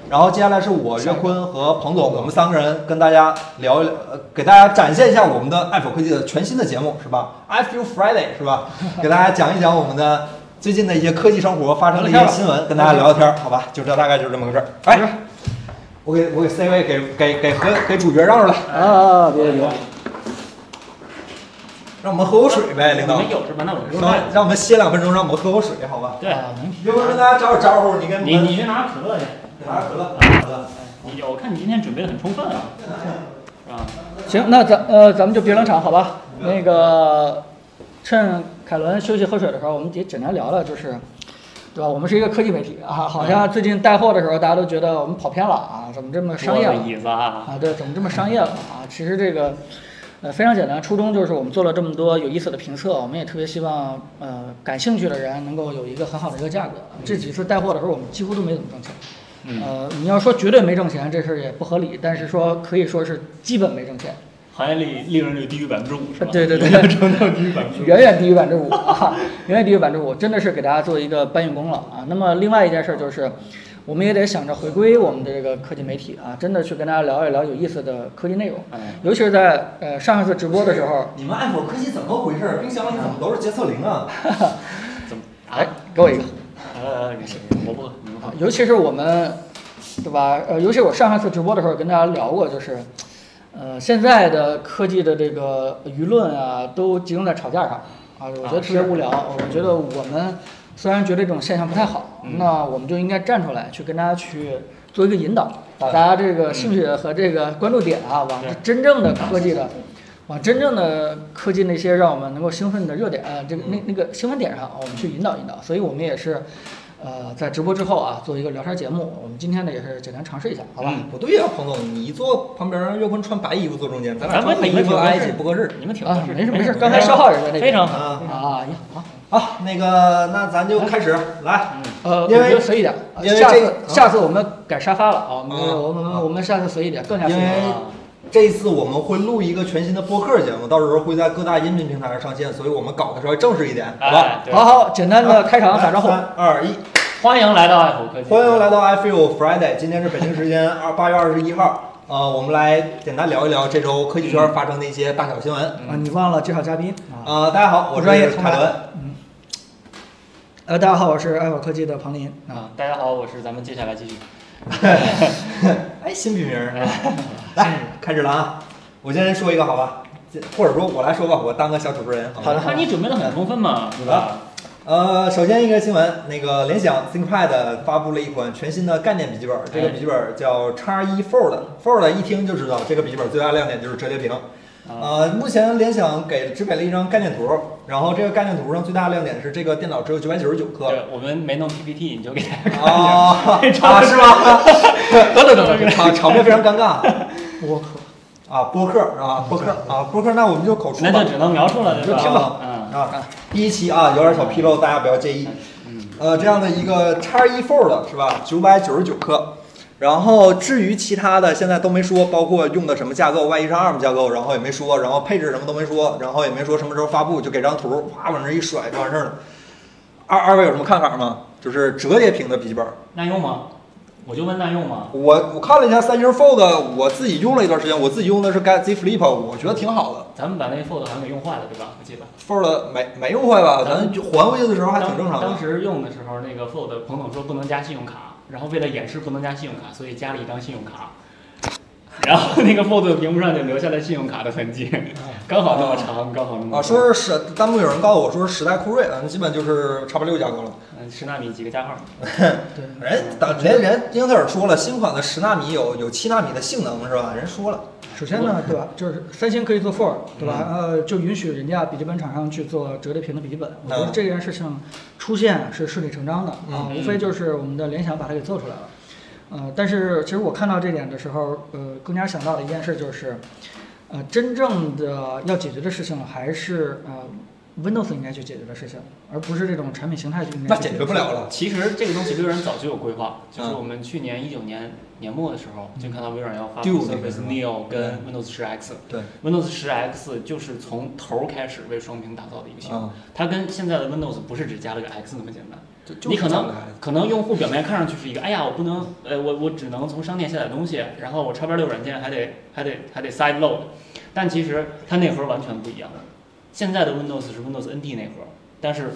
然后接下来是我岳坤和彭总，我们3个人跟大家聊一聊，给大家展现一下我们的爱否科技的全新的节目，是吧 ？iFeel Friday 是吧？给大家讲一讲我们的最近的一些科技生活发生的一些新闻，跟大家聊聊天，好吧？就这大概就是这么个事儿。哎，我给 C 位给主角让出来啊！别， 让我们喝口水呗，领导。 你们有是吧？那我就让我们歇2分钟，让我们喝口水，好吧？ 对， 岳坤跟大家打个招呼，你跟你去拿可乐去， 拿可乐， 我看你今天准备的很充分啊，是吧？ 行，那咱们就别冷场，好吧？那个趁凯伦休息喝水的时候，我们也简单聊聊，就是，对吧？我们是一个科技媒体啊，好像最近带货的时候，大家都觉得我们跑偏了啊，怎么这么商业了？ 椅子啊， 对，怎么这么商业了啊？其实这个。非常简单，初衷就是我们做了这么多有意思的评测，我们也特别希望感兴趣的人能够有一个很好的一个价格。这几次带货的时候，我们几乎都没怎么挣钱。你要说绝对没挣钱，这事儿也不合理，但是说可以说是基本没挣钱。 行业里利润率低于5%是吧？ 对， 成到低于5%， 远远低于5%啊，远远低于5%，真的是给大家做一个搬运工了啊。那么另外一件事就是。我们也得想着回归我们的这个科技媒体啊，真的去跟大家聊一聊有意思的科技内容，尤其是在上一次直播的时候。 你们爱否科技怎么回事？冰箱里怎么都是洁厕灵啊？ 怎么？ 哎，给我一个。 我不喝。 尤其是我们，对吧？尤其我上一次直播的时候跟大家聊过，就是，现在的科技的这个舆论啊，都集中在吵架上啊，我觉得特别无聊。我觉得我们。虽然觉得这种现象不太好，那我们就应该站出来，去跟大家去做一个引导，把大家这个兴趣和这个关注点啊，往真正的科技的，往真正的科技那些让我们能够兴奋的热点这个那个兴奋点上，我们去引导引导。所以我们也是，在直播之后啊，做一个聊天节目。我们今天呢也是简单尝试一下，好吧？ 不对呀，彭总，你坐旁边，岳坤穿白衣服坐中间，咱俩穿黑衣服挨一起不合适。 你们挺合适， 没事，刚才消耗也在那边。 非常好啊， 好，那个，那咱就开始来。 因为随意点，因为下次我们改沙发了啊，我们下次随意点，更加随意。 因为这一次我们会录一个全新的播客节目，到时候会在各大音频平台上上线，所以我们搞得稍微正式一点，好吧？ 好，简单的开场打招呼。 3、2、1， 欢迎来到爱否科技， 欢迎来到 iFeel Friday， 今天是北京时间8月21号。我们来简单聊一聊这周科技圈发生的一些大小新闻。 你忘了介绍嘉宾大家好，我是凯伦。 大家好，我是爱否科技的庞林大家好，我是咱们接下来继续。 哎，新笔名来，开始了啊！我先说一个好吧，或者说我来说吧，我当个小主持人。 好的， 那你准备的很充分嘛，对吧？ 首先一个新闻，那个联想 ThinkPad 发布了一款全新的概念笔记本，这个笔记本叫 X1 Fold，Fold 一听就知道这个笔记本最大亮点就是折叠屏。目前联想只给了一张概念图，然后这个概念图上最大的亮点是这个电脑只有999克。 对，我们没弄 PPT， 你就给大家看一下。是吗？等，场面非常尴尬。播客是吧？播客，那我们就口述吧。 那就只能描述了， 你就听吧。第一期啊，有点小纰漏，大家不要介意。这样的一个 X1 Fold 是吧？999克。然后至于其他的，现在都没说，包括用的什么架构，万一是 ARM 架构，然后也没说，然后配置什么都没说，然后也没说什么时候发布，就给张图，啪往这一甩就完事儿了。二位有什么看法吗？就是折叠屏的笔记本耐用吗？我就问耐用吗？ 我看了一下三星 Fold， 我自己用了一段时间，我自己用的是 Z Flip， 我觉得挺好的。 咱们把那 Fold 好像给用坏了，对吧？我记得 Fold 没用坏吧？咱还回去的时候还挺正常的。 当时用的时候，那个 Fold 彭总说不能加信用卡。然后为了掩饰不能加信用卡，所以加了一张信用卡，然后那个 Fold 的屏幕上就留下了信用卡的痕迹，刚好那么长，刚好那么长。 说是弹幕有人告诉我说是时代酷睿，基本就是 X86架构了。 10纳米几个加号？ 对，人英特尔说了，新款的10纳米有7纳米的性能是吧？人说了。 首先呢，对吧？就是三星可以做 Fold， 对吧？就允许人家笔记本厂商去做折叠屏的笔记本。我觉得这件事情出现是顺理成章的无非就是我们的联想把它给做出来了。但是其实我看到这点的时候，更加想到的一件事就是，真正的要解决的事情还是Windows 应该去解决的事情，而不是这种产品形态就应该那解决不了了。 其实这个东西微软早就有规划，就是我们去年19年年末的时候，就看到微软要发布 Surface Neo 跟 Windows 10X。对 ，Windows 10X 就是从头开始为双屏打造的一个系统，它跟现在的 Windows 不是只加了个 X 那么简单， 你可能用户表面看上去是一个，哎呀，我不能，我只能从商店下载东西，然后我叉6软件还得 side load， 但其实它内核完全不一样。现在的 Windows 是 Windows NT 内核，但是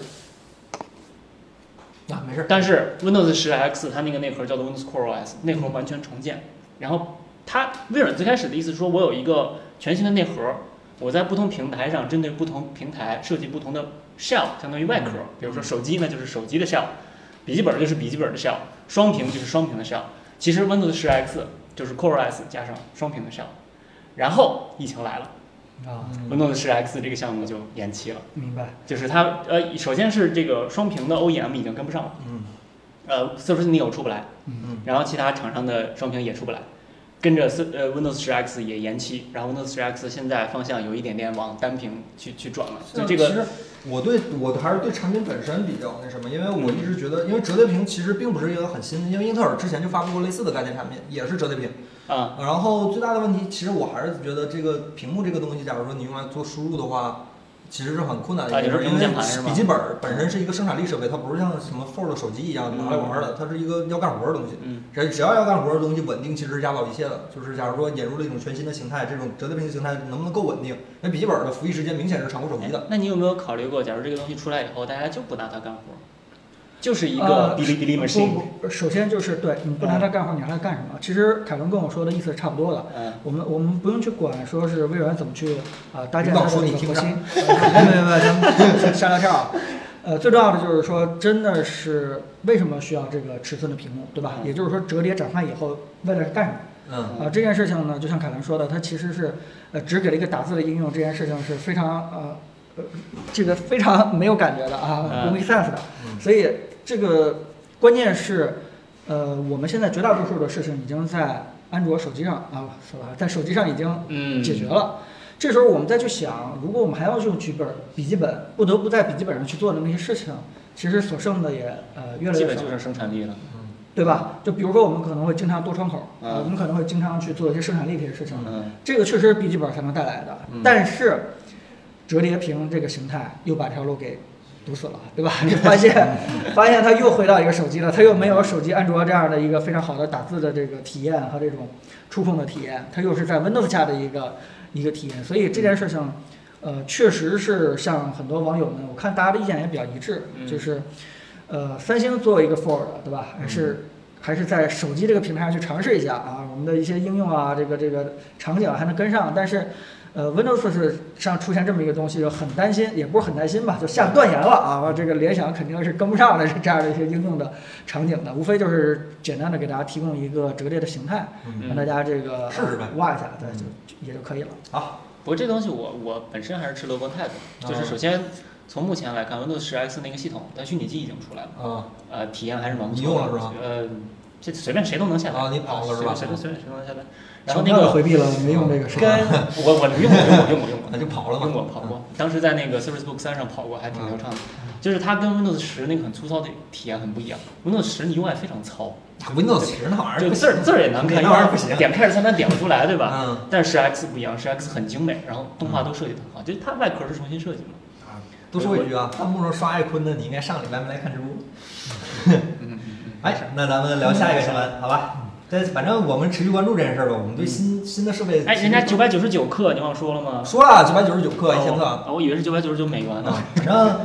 没事。 但是 Windows 10X 它那个内核叫做 Windows Core OS， 内核完全重建。然后微软最开始的意思说，我有一个全新的内核，我在不同平台上针对不同平台设计不同的 shell， 相当于外壳。比如说手机，那就是手机的 shell， 笔记本就是笔记本的 shell， 双屏就是双屏的 shell。其实 Windows 10X 就是 Core OS 加上双屏的 shell。然后疫情来了。Windows 10X 这个项目就延期了。 明白。 就是它首先是这个双屏的 OEM 已经跟不上了。Surface Neo 出不来。然后其他厂商的双屏也出不来，跟着Windows 10X 也延期，然后 Windows 10X 现在方向有一点点往单屏去转了。所以这个其实我还是对产品本身比较那什么，因为我一直觉得，因为折叠屏其实并不是一个很新的，因为英特尔之前就发布过类似的概念产品，也是折叠屏。然后最大的问题，其实我还是觉得这个屏幕这个东西，假如说你用来做输入的话，其实是很困难的一件事，因为笔记本本身是一个生产力设备，它不是像什么 Fold 手机一样拿来玩的，它是一个要干活的东西。只要要干活的东西，稳定其实是压倒一切的。就是假如说引入了一种全新的形态，这种折叠屏的形态能不能够稳定？因为笔记本的服役时间明显是长过手机的。 那你有没有考虑过，假如这个东西出来以后，大家就不拿它干活？就是一个哔哩哔哩 machine。 首先就是对你不拿它干活，你拿它干什么？其实凯伦跟我说的意思是差不多的。我们不用去管说是微软怎么去搭建它的这个核心。没，咱们瞎聊天啊。最重要的就是说，真的是为什么需要这个尺寸的屏幕，对吧？也就是说，折叠转换以后，为了干什么？这件事情呢，就像凯伦说的，它其实是只给了一个打字的应用，这件事情是非常这个非常没有感觉的不 make sense 的。所以这个关键是我们现在绝大多数的事情已经在安卓手机上是吧？在手机上已经解决了。这时候我们再去想，如果我们还要用笔记本，不得不在笔记本上去做的那些事情，其实所剩的也越来越少， 基本就是生产力了， 对吧？就比如说我们可能会经常多窗口，我们可能会经常去做一些生产力这些事情，这个确实是笔记本才能带来的。但是折叠屏这个形态又把这条路给堵死了，对吧？你发现它又回到一个手机了，它又没有手机安卓这样的一个非常好的打字的这个体验和这种触控的体验，它又是在 Windows 下的一个体验。所以这件事情确实是像很多网友们，我看大家的意见也比较一致，就是三星作为一个 Fold， 对吧？还是在手机这个平台上去尝试一下我们的一些应用这个场景还能跟上，但是Windows 上出现这么一个东西，就很担心，也不是很担心吧，就下断言了这个联想肯定是跟不上的这样的一些应用的场景的，无非就是简单的给大家提供一个折叠的形态，让大家这个挖一下，对，也就可以了。 好，不过这东西我本身还是持乐观态度，就是首先从目前来看 ，Windows 10X 那个系统，它虚拟机已经出来了体验还是蛮不错的。 你用了是吧？ 这随便谁都能下载你跑了是吧？ 随便谁都能下载。然后那个回避了，没用这个。 跟我用过， 那就跑了嘛。 用过跑过，当时在那个 Surface Book 3上跑过，还挺流畅的。就是它跟 Windows 10那个很粗糙的体验很不一样。Windows 10你 UI 非常糙。 Windows 10那玩意儿就字儿也难看， 那玩意儿不行， 点开始3单点不出来，对吧？但是 10X 不一样，10X 很精美，然后动画都设计得很好，就是它外壳是重新设计的。 多说一句弹幕上刷爱坤的，你应该上礼拜没来看直播。那咱们聊下一个新闻，好吧？反正我们持续关注这件事吧。我们对新的设备， 人家999克，你忘说了吗？ 说了999克1000克， 我以为是999美元呢。 反正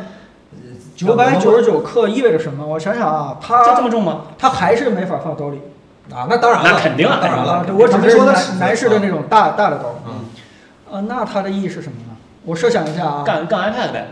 999克意味着什么？我想想它就这么重吗？ 它还是没法放兜里那当然了， 那肯定当然了。 我只是说男士的那种大的兜。那它的意义是什么呢？我设想一下干 iPad 呗。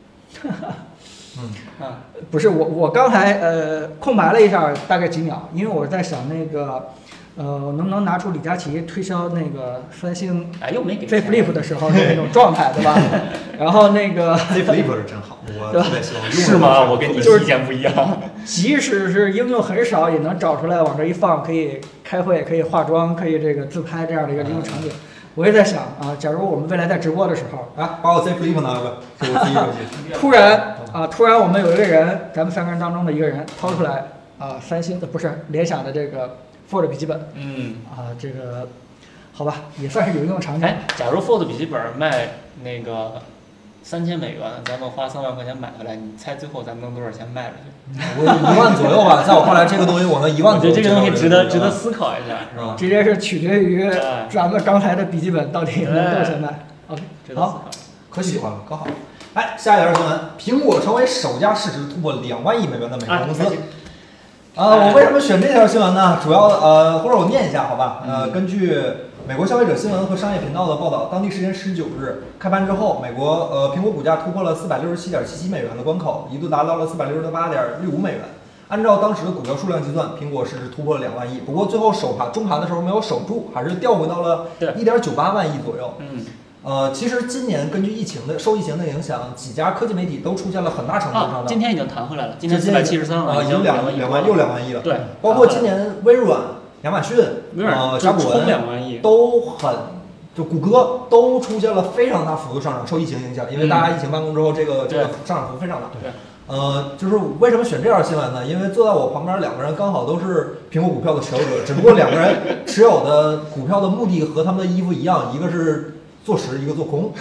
不是我刚才空白了一下，大概几秒，因为我在想那个能不能拿出李佳琦推销那个三星又没给 Z Flip 的时候的那种状态，对吧？然后那个 Z Flip 是真好，我特别希望用。 是吗？我跟你意见不一样。 即使是应用很少，也能找出来往这一放，可以开会，可以化妆，可以这个自拍这样的一个应用场景。我也在想假如我们未来在直播的时候把我 Z Flip 拿过来，是我自己手机。 突然我们有一个人，咱们3个人当中的一个人掏出来三星的不是联想的这个 Fold 笔记本，这个好吧，也算是有应用场景。 假如 Fold 笔记本卖那个 $3000，咱们花3万块钱买回来，你猜最后咱们能多少钱卖出去？ 我1万左右吧，在我看来，这个东西我能1万左右。 我觉得这个东西值得思考一下，是吧？ 这件是取决于咱们刚才的笔记本到底能多少钱卖。 OK， 好， 可喜欢了，可好。哎，下一条新闻，苹果成为首家市值突破2万亿美元的美国公司。我为什么选这条新闻呢？主要或者我念一下好吧？根据美国消费者新闻和商业频道的报道，当地时间19日开盘之后，美国苹果股价突破了467.77美元的关口，一度达到了468.65美元。按照当时的股票数量计算，苹果市值突破了2万亿。不过最后中盘的时候没有守住，还是掉回到了1.98万亿左右。其实今年根据受疫情的影响，几家科技媒体都出现了很大程度上的。 今天已经弹回来了，今天473了， 已经2万亿了。 对， 包括今年微软、亚马逊、甲骨文 2万亿都就谷歌都出现了非常大幅度上涨，受疫情影响，因为大家疫情办公之后，这个上涨幅非常大。 对。 就是为什么选这条新闻呢？因为坐在我旁边2个人刚好都是苹果股票的持有者，只不过2个人持有的股票的目的和他们的衣服一样，一个是做实，一个做空。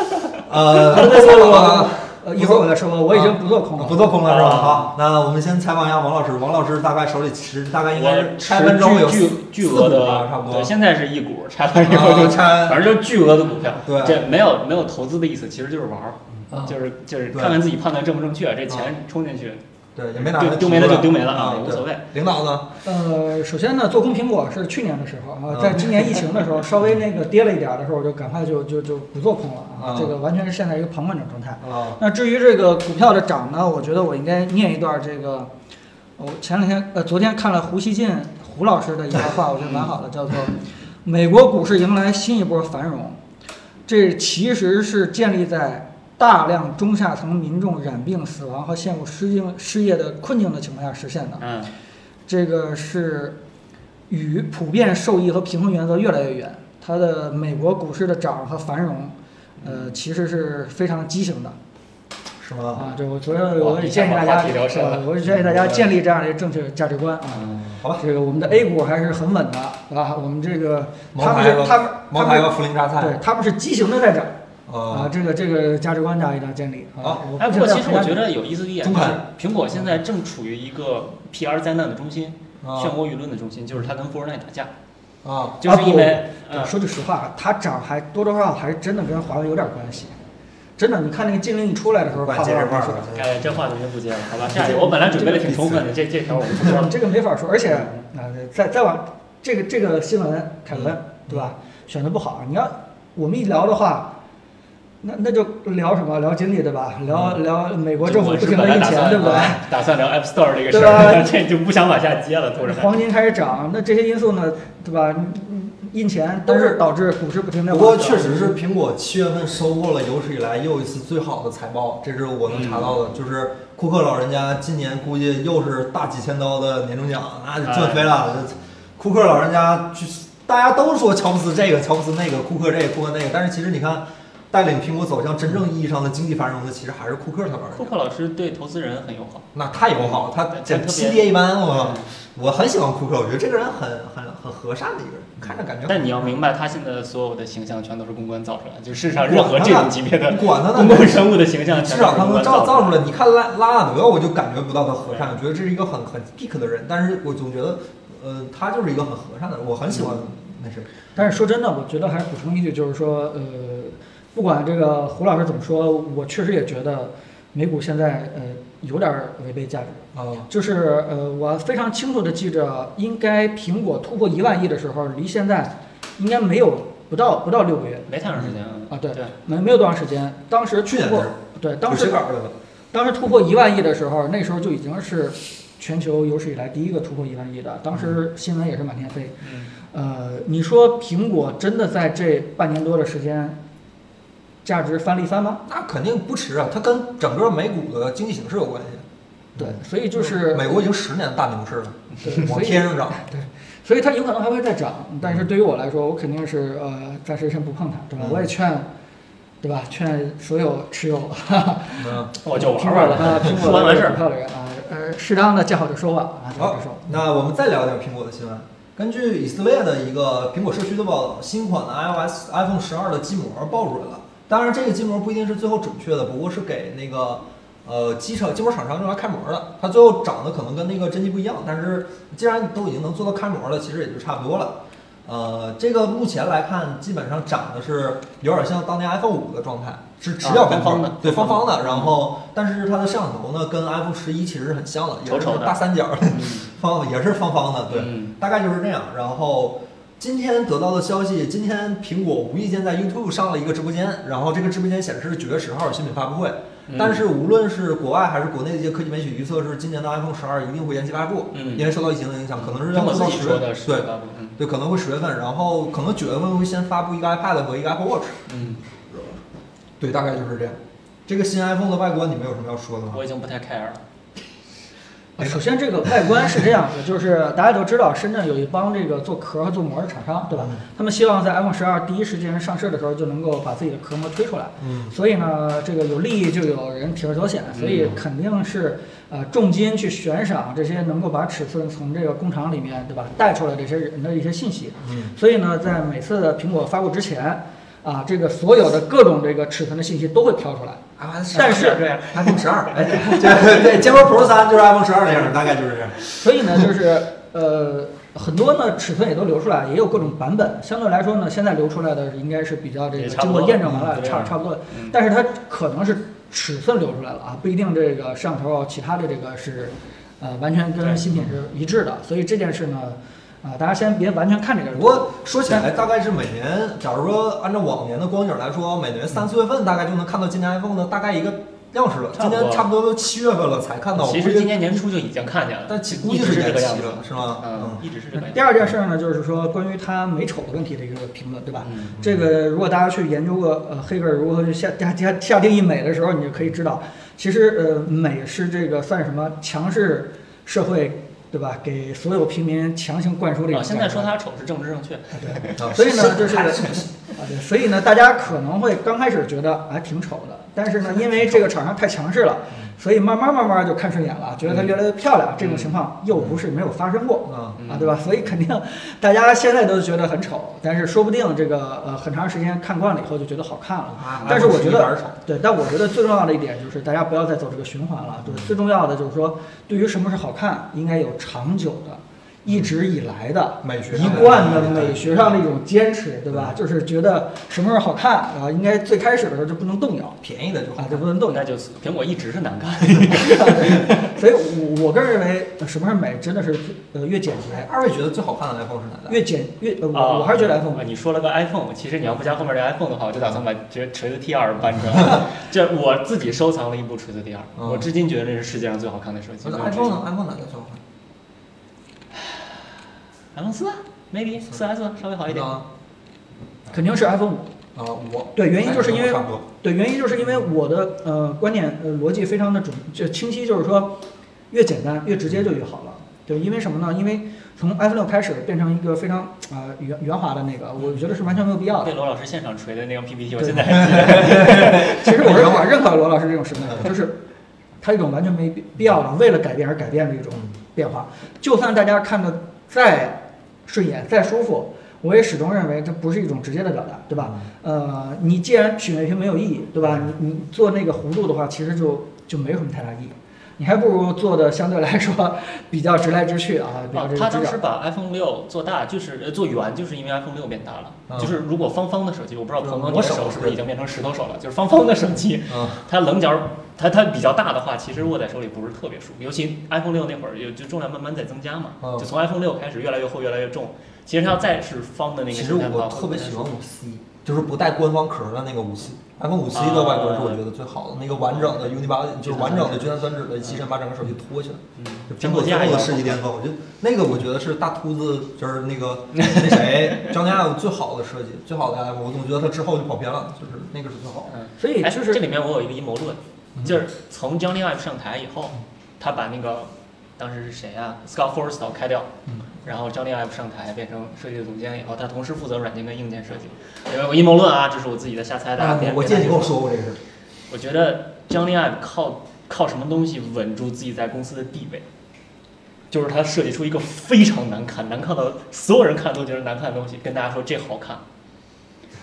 一会儿我再说，我已经不做空了， 不做空了是吧？好，那我们先采访一下王老师。王老师大概手里大概应该是拆分之后有巨额的， 差不多。 对，现在是1股，拆完之后就拆， 反正就巨额的股票。 对， 这没有投资的意思，其实就是玩儿，就是看看自己判断正不正确，这钱冲进去。 对，也没拿丢没了就丢没了啊，无所谓。 领导呢？ 首先呢，做空苹果是去年的时候啊，在今年疫情的时候稍微跌了一点的时候，就赶快就不做空了啊。这个完全是现在一个旁观者状态。那至于这个股票的涨呢，我觉得我应该念一段这个，我昨天看了胡老师的一段话，我觉得蛮好的，叫做“美国股市迎来新一波繁荣”，这其实是建立在大量中下层民众染病、死亡和陷入失业的困境的情况下实现的。这个是与普遍受益和平衡原则越来越远。它的美国股市的涨和繁荣，其实是非常畸形的。 是吗？ 这我昨天我也建议大家，我建议大家建立这样的正确价值观啊。 好吧， 这个我们的 A 股还是很稳的啊。我们这个茅台和涪陵榨菜， 对，他们是畸形的在涨。这个价值观大家一定要建立啊！ 不过其实我觉得有意思的一点就是，苹果现在正处于一个 PR 灾难的中心，漩涡舆论的中心，就是它跟富士奈打架就是因为说句实话，它涨还多多少少还真的跟华为有点关系。真的，你看那个禁令一出来的时候， 管接这块儿， 这话咱就不接了，好吧？下一个我本来准备的挺充分的，这条我不说了。 这个没法说，而且再往这个新闻，凯文对吧？选的不好，我们一聊的话。那就聊什么？聊经济对吧？聊美国政府不停的印钱，对不对？ 打算聊 App Store 这个事儿，这就不想往下接了。突然， 黄金开始涨，那这些因素呢，对吧？印钱都是导致股市不停的。 不过确实是苹果7月份收获了有史以来又一次最好的财报，这是我能查到的。就是库克老人家今年估计又是大几千刀的年终奖，那就赚飞了。库克老人家大家都说乔布斯这个，乔布斯那个，库克这个，库克那个，但是其实你看。带领苹果走向真正意义上的经济繁荣的，其实还是库克他们。 库克老师对投资人很友好， 那太友好了，他亲爹一般。我很喜欢库克，我觉得这个人很和善的一个人，看着感觉。 但你要明白，他现在所有的形象全都是公关造出来，就世上任何这种级别的管他公共人物的形象， 至少他能造出来。你看拉德，我就感觉不到他和善，我觉得这是一个很 peak 的人，但是我总觉得，他就是一个很和善的人，我很喜欢那谁。 但是说真的，我觉得还是补充一句，就是说，不管这个胡老师怎么说，我确实也觉得美股现在有点违背价值。就是我非常清楚的记着，应该苹果突破1万亿的时候，离现在应该没有不到6个月， 没太长时间啊。对，没有多长时间。当时去年当时突破1万亿的时候，那时候就已经是全球有史以来第一个突破1万亿的，当时新闻也是满天飞。你说苹果真的在这半年多的时间？价值翻了一番吗？ 那肯定不迟啊，它跟整个美股的经济形势有关系。 对，所以就是美国已经10年大牛市了，往天上涨。 对，所以它有可能还会再涨，但是对于我来说，我肯定是暂时先不碰它，对吧？我也劝，对吧？劝所有持有我就苹果的苹果完事儿股票的人适当的见好就收吧好，那我们再聊点苹果的新闻。根据以色列的一个苹果社区的报道，新款的 iPhone 12的机膜爆出来了， 当然这个筋膜不一定是最后准确的，不过是给那个筋膜厂商用来开模的，它最后长得可能跟那个真机不一样，但是既然都已经能做到开模了，其实也就差不多了。这个目前来看，基本上长得是有点像当年 iPhone 5的状态，是直角边框的，对，方方的。然后，但是它的摄像头呢，跟 iPhone 11其实是很像的，也是大三角，也是方方的，对，大概就是这样。然后今天得到的消息，今天苹果无意间在 YouTube 上了一个直播间，然后这个直播间显示是9月10号新品发布会。但是无论是国外还是国内的一些科技媒体预测，是今年的 iPhone 12一定会延期发布，因为受到疫情的影响，可能是要做到10月，对，可能会10月份，然后可能9月份会先发布一个 iPad 和一个 Apple Watch，对，大概就是这样。这个新 iPhone 的外观，你们有什么要说的吗？ 我已经不太 care 了。 首先，这个外观是这样的，就是大家都知道，深圳有一帮这个做壳和做膜的厂商，对吧？他们希望在 iPhone 12第一时间上市的时候就能够把自己的壳膜推出来。所以呢，这个有利益就有人铤而走险，所以肯定是重金去悬赏这些能够把尺寸从这个工厂里面，对吧，带出来这些人的一些信息。所以呢，在每次的苹果发布之前，这个所有的各种这个尺寸的信息都会飘出来。但是对 iPhone 12，对，坚果 Pro 3就是 iPhone 12那样，大概就是这样。 所以呢，就是很多呢尺寸也都流出来，也有各种版本。相对来说呢，现在流出来的应该是比较这个经过验证完了，差不多。但是它可能是尺寸流出来了不一定这个摄像头其他的这个是完全跟新品是一致的。所以这件事呢。大家先别完全看这个。 不过说起来，大概是每年，假如说按照往年的光景来说，每年3、4月份大概就能看到今年 iPhone 的大概一个样式了。今年差不多都7月份了才看到。 其实今年年初就已经看见了， 但估计是这个样子， 是吗？ 一直是这个样子。 第二件事呢，就是说关于它美丑的问题的一个评论，对吧？这个如果大家去研究过黑格尔如何去下定义美的时候，你就可以知道，其实美是这个算什么强势社会。对吧？给所有平民强行灌输这个。 现在说他丑是政治正确。 对，所以呢，就是对，所以呢，大家可能会刚开始觉得挺丑的，但是呢，因为这个厂商太强势了，所以慢慢就看顺眼了，觉得它越来越漂亮。这种情况又不是没有发生过对吧？所以肯定大家现在都觉得很丑，但是说不定这个很长时间看惯了以后就觉得好看了。但是我觉得对，但我觉得最重要的一点就是大家不要再走这个循环了。对，最重要的就是说，对于什么是好看，应该有长久的。一直以来的美学一贯的美学上的一种坚持，对吧？就是觉得什么时候好看应该最开始的时候就不能动摇， 便宜的就好就不能动摇。 那就苹果一直是难看。 所以我个人认为，什么是美，真的是越简洁。 二位觉得最好看的 iPhone 是哪代？ 我还是觉得 iPhone。 你说了个 iPhone， 其实你要不加后面这 iPhone 的话，我就打算把这锤子 T2 搬出来。这我自己收藏了一部锤子 T2，我至今觉得这是世界上最好看的手机。 iPhone 呢 ？iPhone 哪个最好看 ？iPhone 4 maybe 4S 稍微好一点， 肯定是 iPhone 5 对，原因就是因为我的观点逻辑非常的清晰，就是说越简单越直接就越好了。对，因为什么呢？因为从 iPhone 6开始变成一个非常圆滑的那个，我觉得是完全没有必要的。 被罗老师现场锤的那张 PPT， 我现在还记得。 其实我是认可罗老师这种视频的，就是它一种完全没必要的为了改变而改变的一种变化。就算大家看的再顺眼再舒服，我也始终认为这不是一种直接的表达，对吧？你既然曲面屏没有意义，对吧？你做那个弧度的话，其实就没有什么太大意义。你还不如做的相对来说比较直来直去比较他当时把 iPhone 6做大，就是做圆，就是因为 iPhone 6变大了。就是如果方方的手机，我不知道鹏鹏你的手是不是已经变成石头手了？就是方方的手机，它棱角它比较大的话，其实握在手里不是特别舒服。尤其 iPhone 6那会儿就重量慢慢在增加嘛，就从 iPhone 6开始越来越厚越来越重。其实它要再是方的那个， 其实我特别喜欢5C，就是不带官方壳的那个5C。iPhone 5C 的外观是我觉得最好的，那个完整的 Unibody 就是完整的聚碳酸酯的机身把整个手机托起来，苹果最后的世纪巅峰。我觉得那个我觉得是大秃子就是那个那谁Johnny Ive 最好的设计，最好的 iPhone。我总觉得它之后就跑偏了，就是那个是最好的。 所以就是这里面我有一个阴谋论，就是从 Johnny Ive 上台以后，他把那个当时是谁啊 Scott Forstall 开掉。然后Johnny Ive 上台变成设计总监以后，他同时负责软件跟硬件设计。因为我阴谋论这是我自己的瞎猜的。 我记得你跟我说过这个事。 我觉得 Johnny Ive 靠什么东西稳住自己在公司的地位？就是他设计出一个非常难看到所有人看都觉得难看的东西，跟大家说这好看。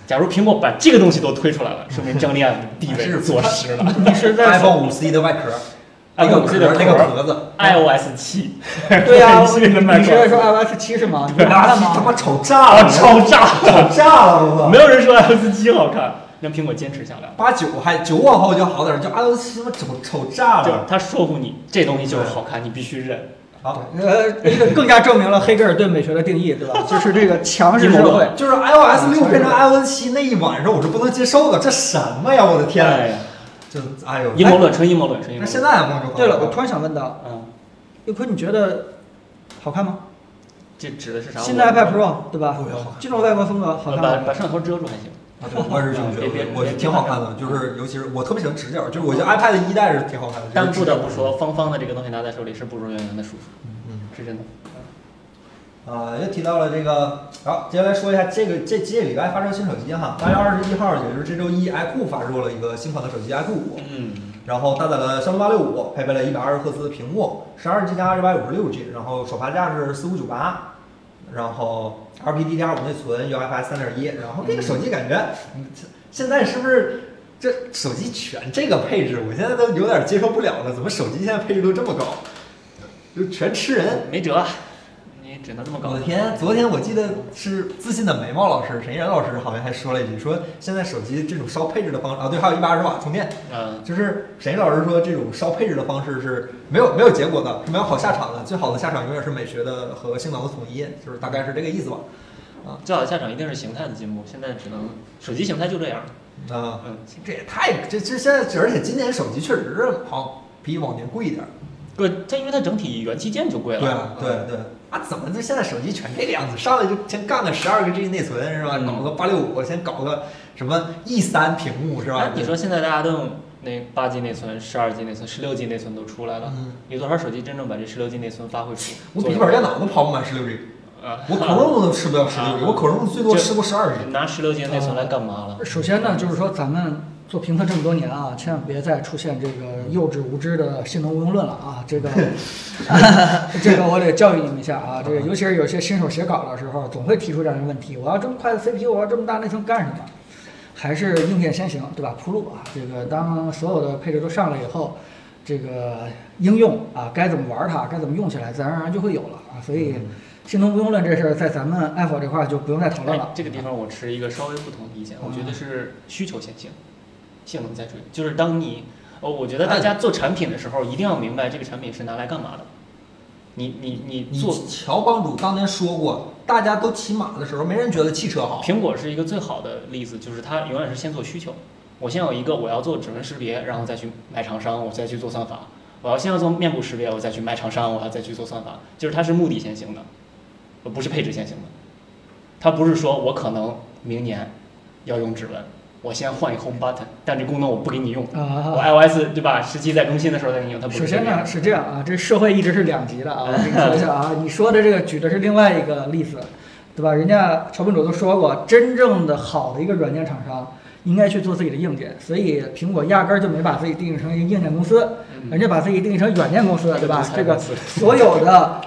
假如苹果把这个东西都推出来了，说明张立岸的地位坐实了。 你是在 iPhone 5C 的外壳，那个壳那个壳子 iOS 7， 对呀， 你是在说 iOS 7是吗？你麻烦吗？ 他妈丑炸了， 超炸， 丑炸了！我操！ 没有人说 iOS 7好看，让苹果坚持下来。 8、9还9往后就好点，就 iOS 7他妈丑炸了。 他说服你，这东西就是好看，你必须认。 好， 更加证明了黑格尔对美学的定义，对吧？就是这个强势社会， 就是 iOS 6变成 iOS 7那一晚上，我是不能接受的。这什么呀！我的天！ 哎呀， 就哎呦， 阴谋论，纯阴谋论，纯阴谋论。 那现在啊， 对了，我突然想问到， 佑坤，你觉得好看吗？ 这指的是啥？ 新的 iPad Pro 对吧？这种外观风格好看吗？ 把摄像头遮住还行。 我是这么觉得，我是挺好看的，就是尤其是我特别喜欢直角，就是我觉得 iPad 1代是挺好看的。 但不得不说，方方的这个东西拿在手里是不如圆圆的舒服，是真的。 又提到了这个，好，接下来说一下这几个礼拜发售新手机哈，8月21号，也就是这周一，iQOO 发售了一个新款的手机 iQOO 5，然后搭载了36865，配备了120赫兹的屏幕，12G 加256G，然后首发价是4598，然后 LPDDR5内存，UFS 3.1，然后这个手机感觉，现在是不是这手机全这个配置，我现在都有点接受不了了，怎么手机现在配置都这么高，就全吃人， 没辙。只能这么搞。 我的天！昨天我记得是自信的眉毛老师、沈依然老师好像还说了一句，说现在手机这种烧配置的方式啊，对，还有120瓦充电，就是沈依老师说这种烧配置的方式是没有结果的，是没有好下场的，最好的下场永远是美学的和性能的统一，就是大概是这个意思吧。 最好的下场一定是形态的进步，现在只能手机形态就这样。 这也太这现在，而且今年手机确实是好比往年贵一点。 对，它因为它整体元器件就贵了。 对。怎么就现在手机全这个样子？上来就先干个12个 G 内存是吧？搞个865，先搞个什么 E3屏幕是吧？ 你说现在大家都用那8G 内存、12G 内存、16G 内存都出来了，有多少手机真正把这16G 内存发挥出？ 我笔记本电脑都跑不满16G，我Chrome都吃不了16G，我12G最多吃过12G。 拿16G 内存来干嘛了？ 首先呢，就是说咱们做评测这么多年啊，千万别再出现这个幼稚无知的性能无用论了啊！这个我得教育你们一下啊！这个尤其是有些新手写稿的时候，总会提出这样的问题：我要这么快的 CPU，我要这么大内存干什么？还是硬件先行，对吧？铺路啊！这个当所有的配置都上来以后，这个应用啊该怎么玩它，该怎么用起来，自然而然就会有了啊！所以性能无用论这事儿，在咱们 Apple 这块就不用再讨论了。 这个地方我持一个稍微不同的意见，我觉得是需求先行。性能在追，就是当你，我觉得大家做产品的时候，一定要明白这个产品是拿来干嘛的。你做， 乔帮主当年说过，大家都骑马的时候，没人觉得汽车好。 苹果是一个最好的例子，就是它永远是先做需求。我先有一个我要做指纹识别，然后再去买厂商，我再去做算法。我要先要做面部识别，我再去买厂商，我还再去做算法。就是它是目的先行的，不是配置先行的。它不是说我可能明年要用指纹。我先换一 Home Button， 但这功能我不给你用，我 iOS 对吧17在更新的时候再给你用，它不是。 首先呢是这样啊，这社会一直是两极的啊，我跟你说一下啊，你说的这个举的是另外一个例子，对吧？人家乔本主都说过，真正的好的一个软件厂商应该去做自己的硬件，所以苹果压根儿就没把自己定义成一个硬件公司，人家把自己定义成软件公司，对吧？这个所有的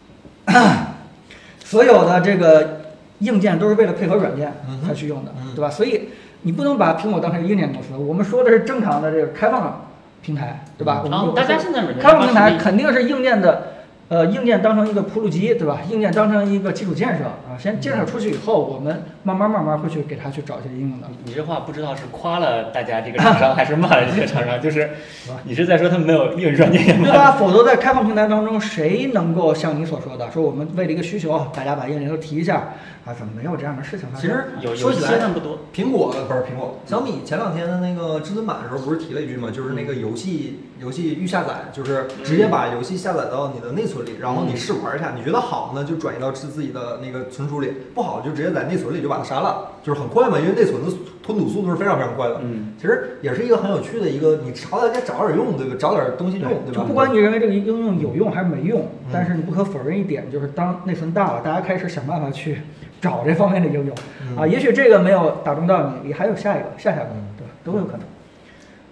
这个硬件都是为了配合软件才去用的，对吧？所以你不能把苹果当成一个硬件公司，我们说的是正常的这个开放平台，对吧？ 大家现在开放平台肯定是硬件的，硬件当成一个铺路机，对吧？硬件当成一个基础建设啊，先建设出去以后，我们慢慢会去给它去找一些应用的。 你这话不知道是夸了大家这个厂商，还是骂了这些厂商？就是你是在说他们没有软件研发， 对吧？否则在开放平台当中，谁能够像你所说的，说我们为了一个需求，大家把硬件都提一下？怎么没有这样的事情发生？ 其实说起来不多。苹果不是苹果，小米前2天的那个至尊版的时候不是提了一句嘛，就是那个游戏预下载，就是直接把游戏下载到你的内存里，然后你试玩一下，你觉得好呢就转移到自己的那个存储里，不好就直接在内存里就把它删了，就是很快嘛，因为内存的吞吐速度是非常快的。其实也是一个很有趣的一个，你找点用，对吧？找点东西用，对吧？ 就不管你认为这个应用有用还是没用，但是你不可否认一点，就是当内存大了，大家开始想办法去找这方面的应用啊，也许这个没有打中到你，你还有下一个，对吧？都有可能。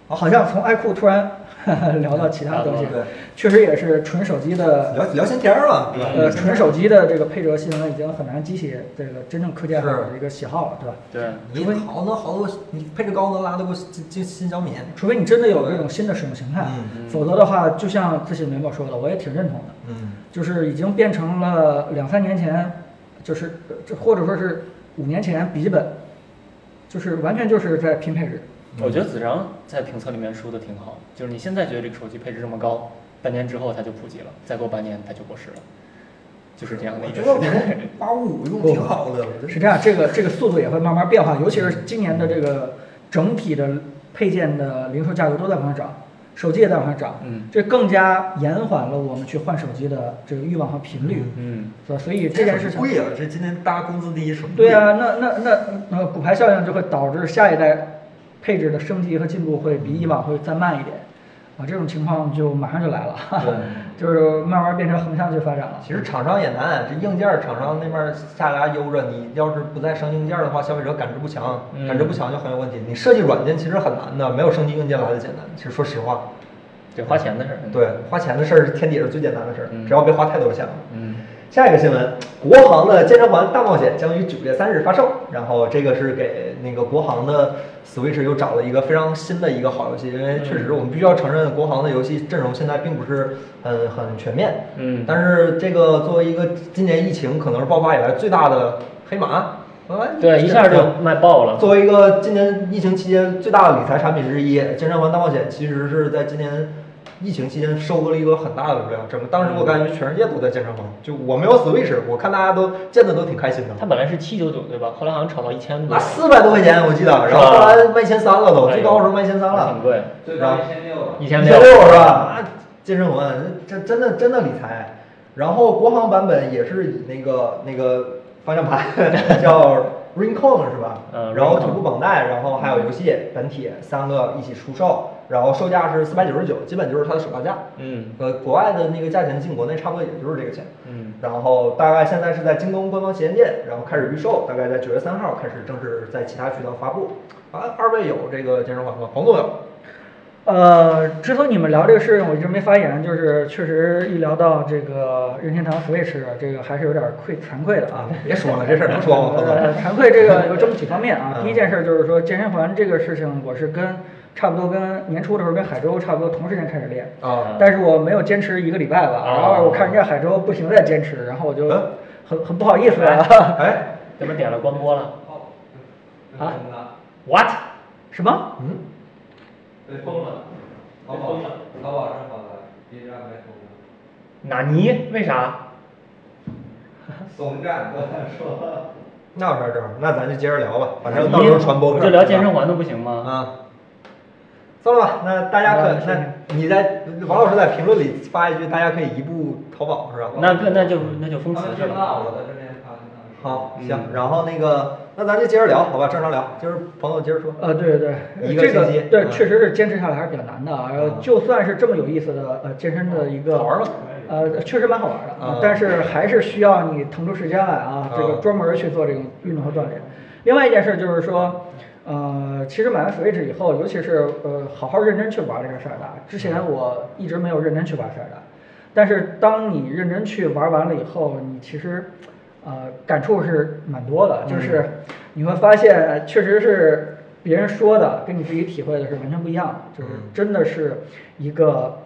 好像从爱酷突然聊到其他东西， 对， 确实也是纯手机的聊闲天儿嘛，对吧？ 纯手机的这个配置和性能已经很难激起这个真正科技爱好者的一个喜好了，对吧？ 对， 你好多你配置高能拉得过新小米， 除非你真的有这种新的使用形态，否则的话，就像自信眉毛说的，我也挺认同的，就是已经变成了2-3年前，就是或者说是5年前笔记本，就是完全就是在拼配置。 我觉得子章在评测里面说的挺好，就是你现在觉得这个手机配置这么高，半年之后它就普及了，再过半年它就过时了，就是这样的一个时代。 855用挺好的， 是这样，这个速度也会慢慢变化，尤其是今年的这个整体的配件的零售价格都在往上涨，手机也在往上涨，这更加延缓了我们去换手机的这个欲望和频率，是吧？所以这件事情贵啊，这今年大家工资第一手机。 对啊，那骨牌效应就会导致下一代配置的升级和进步会比以往会再慢一点，啊，这种情况就马上就来了，就是慢慢变成横向去发展了。 其实厂商也难，这硬件厂商那边下家悠着，你要是不再升硬件的话，消费者感知不强，感知不强就很有问题。你设计软件其实很难的，没有升级硬件来的简单。其实说实话， 对，花钱的事儿。 对，花钱的事儿是天底下最简单的事儿，只要别花太多钱了。下一个新闻，国行的健身环大冒险将于9月3日发售。然后这个是给那个国行的 Switch 又找了一个非常新的一个好游戏，因为确实我们必须要承认，国行的游戏阵容现在并不是很全面。但是这个作为一个今年疫情可能是爆发以来最大的黑马。 对，一下就卖爆了。 作为一个今年疫情期间最大的理财产品之一，健身环大冒险其实是在今年疫情期间收割了一个很大的流量，当时我感觉全世界都在健身环，就我没有 Switch， 我看大家都见的都挺开心的。 它本来是799对吧？后来好像炒到1000多。 啊，400多块钱我记得，然后后来卖1300了都，最高时候卖1300了， 很贵， 最高1600。 1600是吧？啊，健身环这真的理财。然后国行版本也是以那个方向盘叫 Rincon 是吧？然后腿部绑带，然后还有游戏本体3个一起出售。然后售价是499，基本就是它的首发价。国外的那个价钱进国内差不多也就是这个钱。然后大概现在是在京东官方旗舰店，然后开始预售，大概在9月3号开始正式在其他渠道发布。二位有这个健身环吗？彭总有。 之所以你们聊这个事情，我一直没发言，就是确实一聊到这个任天堂 Switch， 这个还是有点惭愧的啊。 别说了，这事儿能说吗？ 惭愧这个有这么几方面啊。第一件事就是说健身环这个事情，我是差不多跟年初的时候跟海州差不多同时间开始练但是我没有坚持1个礼拜吧。然后我看人家海州不停在坚持，然后我就很不好意思啊。 咱们点了关播了。 啊 ？What？ 什么？ 被封了，淘宝上好的，B 站被封了。 纳尼？为啥？ 怂站都在说。 那有事儿，那咱就接着聊吧，反正到时候传播。 不就聊健身环都不行吗？ 啊。算了吧，那大家那你在王老师在评论里发一句，大家可以移步淘宝是吧？ 那就封词是吧？ 好，行，然后那咱就接着聊，好吧？正常聊，就是朋友接着说。 对， 这个对，确实是坚持下来还是比较难的啊。就算是这么有意思的健身的一个好玩吗？ 确实蛮好玩的，但是还是需要你腾出时间来啊，这个专门去做这种运动和锻炼。另外一件事就是说。其实买完 Switch 以后，尤其是好好认真去玩这个塞尔达。之前我一直没有认真去玩塞尔达，但是当你认真去玩完了以后，你其实感触是蛮多的，就是你会发现确实是别人说的跟你自己体会的是完全不一样的，就是真的是一个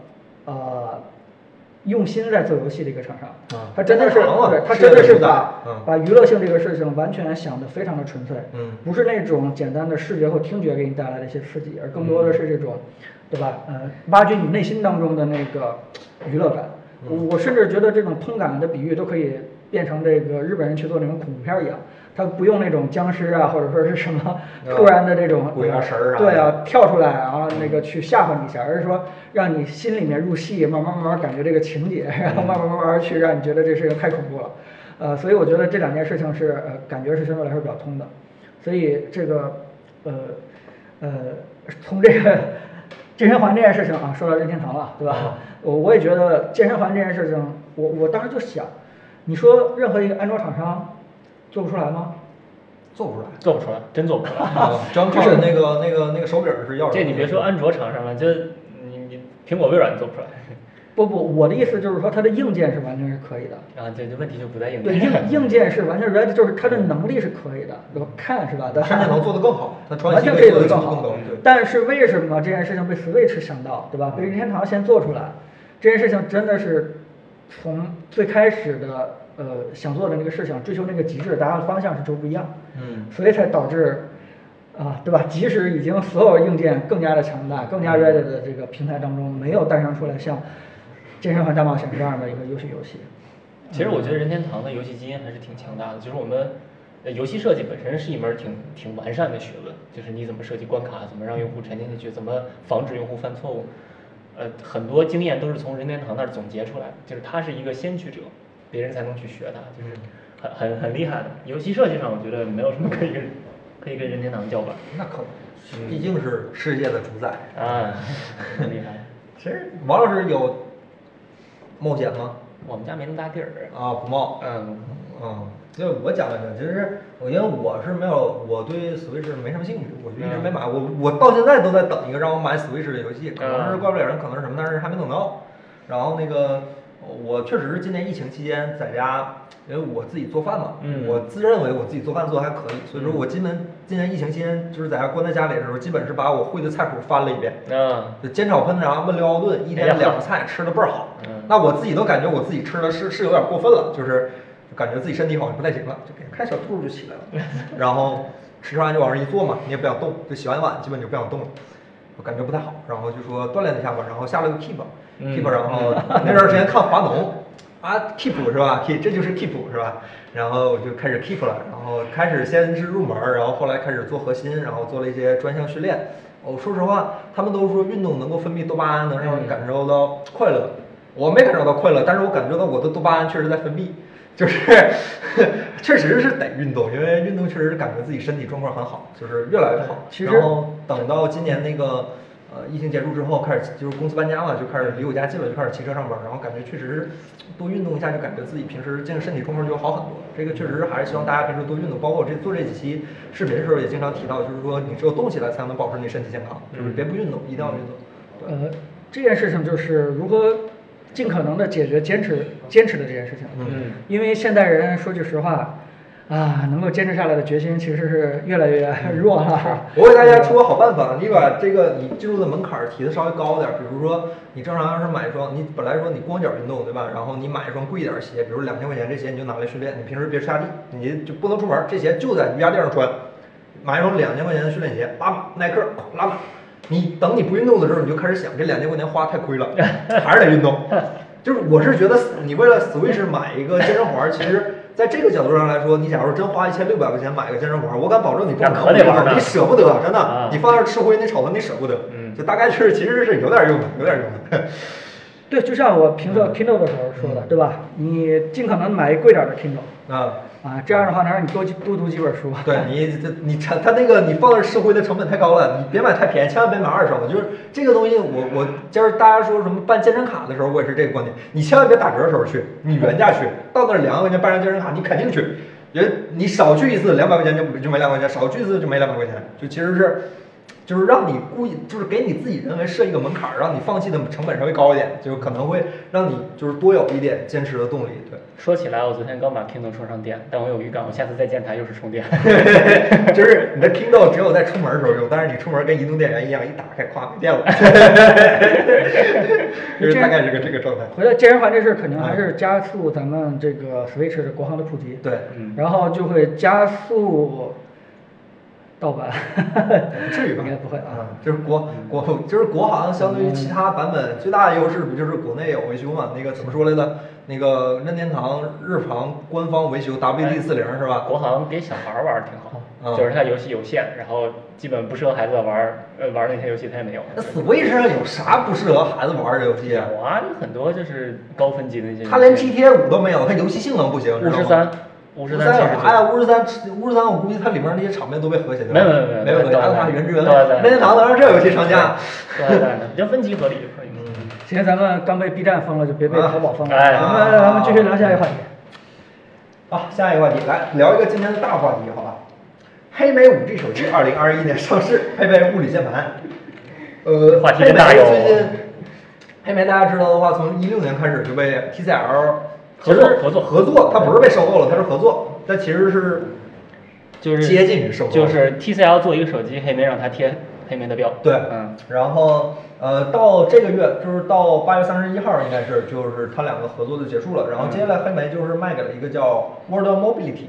用心在做游戏的一个厂商，他真的是对，他真的是把娱乐性这个事情完全想得非常的纯粹，不是那种简单的视觉或听觉给你带来的一些刺激，而更多的是这种，对吧？挖掘你内心当中的那个娱乐感。我甚至觉得这种通感的比喻都可以变成这个日本人去做那种恐怖片一样，他不用那种僵尸啊，或者说是什么突然的这种鬼啊神儿啊， 对啊，跳出来啊，去吓唬你一下，而是说让你心里面入戏，慢慢感觉这个情节，然后慢慢去让你觉得这事情太恐怖了，所以我觉得这两件事情是感觉是相对来说比较通的，所以这个从这个健身环这件事情啊，说到任天堂了，对吧？我也觉得健身环这件事情，我当时就想，你说任何一个安卓厂商做不出来吗？ 做不出来。 做不出来，真做不出来。 啊，正好那个手柄是要这你别说安卓厂商了，就你苹果、微软做不出来。 不，我的意思就是说，它的硬件是完全是可以的。 啊，这问题就不在硬对， 件。 硬件是完全 ready， 就是它的能力是可以的，我看是吧？ 甚至能做得更好，它完全可以做得更好。 好。但是为什么这件事情被 Switch 想到，对吧？被任天堂先做出来，这件事情真的是从最开始的想做的那个事情，追求那个极致，大家的方向是都不一样。所以才导致对吧？即使已经所有硬件更加的强大、更加 ready 的这个平台当中，没有诞生出来像《健身环大冒险》这样的一个游戏。 其实我觉得任天堂的游戏基因还是挺强大的，就是我们游戏设计本身是一门挺完善的学问，就是你怎么设计关卡，怎么让用户沉浸进去，怎么防止用户犯错误，很多经验都是从任天堂那儿总结出来的，就是他是一个先驱者，别人才能去学他，就是很厉害的。游戏设计上，我觉得没有什么可以跟任天堂叫板。 那可能，毕竟是世界的主宰啊，很厉害。 其实王老师有冒险吗？ 我们家没那么大地儿啊，不冒。就我讲一下，其实因为我是没有，我对 Switch 没什么兴趣，我就一直没买。我到现在都在等一个让我买 Switch 的游戏，可能是怪物猎人，可能是什么，但是还没等到。然后我确实是今年疫情期间在家，因为我自己做饭嘛，我自认为我自己做饭做的还可以，所以说我今年疫情期间就是在家关在家里的时候，基本是把我会的菜谱翻了一遍，就煎炒烹炸焖溜熬炖，一天2个菜，吃的倍儿好。那我自己都感觉我自己吃的是有点过分了，就是感觉自己身体好像不太行了，就看小兔就起来了，然后吃完就往上一坐嘛，你也不想动，就洗完碗基本就不想动了，我感觉不太好，然后就说锻炼一下吧，然后下了个 Keep，然后那段时间看华农Keep 是吧 ？Keep 这就是 Keep 是吧？然后我就开始 Keep 了，然后开始先是入门，然后后来开始做核心，然后做了一些专项训练。说实话，他们都说运动能够分泌多巴胺，能让人感受到快乐。我没感受到快乐，但是我感觉到我的多巴胺确实在分泌，就是确实是得运动，因为运动确实感觉自己身体状况很好，就是越来越好。然后等到今年那个疫情结束之后，开始就是公司搬家了，就开始离我家近了，就开始骑车上班，然后感觉确实是多运动一下，就感觉自己平时这个身体状况就好很多。这个确实还是希望大家平时多运动，包括我做这几期视频的时候也经常提到，就是说你只有动起来才能保持你身体健康，就是别不运动，一定要运动。 这件事情就是如何尽可能的解决坚持的这件事情。因为现代人说句实话。能够坚持下来的决心其实是越来越弱了。 我给大家出个好办法，你把这个你进入的门槛提的稍微高一点，比如说你正常要是买一双，你本来说你光脚运动对吧？然后你买一双贵一点的鞋，比如2000块钱，这鞋你就拿来训练，你平时别下地，你就不能出门，这鞋就在瑜伽垫上穿。买一双2000块钱的训练鞋，拉满，耐克拉满。你等你不运动的时候，你就开始想这2000块钱花太亏了，还是得运动。就是我是觉得你为了 Switch 买一个健身环，其实。在这个角度上来说，你假如真花1600块钱买个健身环，我敢保证你不可得玩，你舍不得，真的，你放那吃灰，你瞅着你舍不得，就大概是其实是有点用的。 对，就像我评测 Kindle 的时候说的，对吧？你尽可能买一贵点的 Kindle。这样的话能让你多读几本书。 对你它那个你放那吃灰的成本太高了，你别买太便宜，千万别买2手。就是这个东西，我就是大家说什么办健身卡的时候，我也是这个观点，你千万别打折的时候去，你原价去，到那2万块钱办张健身卡，你肯定去。你少去一次200块钱就没200块钱，少去一次就没200块钱，就其实是。就是让你故意，就是给你自己认为设一个门槛，让你放弃的成本稍微高一点，就可能会让你就是多有一点坚持的动力。对， 说起来，我昨天刚把 Kindle 充上电，但我有预感，我下次再见它又是充电。 就是你的 Kindle 只有在出门的时候用，但是你出门跟移动电源一样，一打开，咵没电了。就是大概是这个状态。 回到健身环这事，肯定还是加速咱们这个 Switch 的国行的普及。 对， 然后就会加速。盗版不至于吧？ 应该不会就是国行相对于其他版本最大的优势不就是国内有维修嘛？那个怎么说来着？那个任天堂日常官方维修 WD40是吧？ 国行给小孩玩挺好，就是它游戏有限，然后基本不适合孩子玩那些游戏它也没有。 那 Switch 上有啥不适合孩子玩的游戏啊？ 有有很多就是高分级的那些。 它连 GTA 5都没有，它游戏性能不行。 53有啥呀？53，我估计它里面那些场面都被和谐的。 没有， 它原汁原味。任天堂能让这游戏上架？ 要分级合理可以。 行，咱们刚被 B 站封了，就别被淘宝封了。咱们继续聊下一个话题。 好，下一个话题，来聊一个今天的大话题，好吧？ 黑莓5G 手机2021年上市，配备物理键盘。 话题黑莓大哟最近，黑莓大家知道的话，从16年开始就被 TCL 合作，它不是被收购了，它是合作，但其实是就是接近于收购， 就是 TCL 做一个手机，黑莓让它贴黑莓的标。 对， 嗯， 然后到这个月就是到8月31号，应该是就是它两个合作就结束了。然后接下来黑莓就是卖给了一个叫 World Mobility，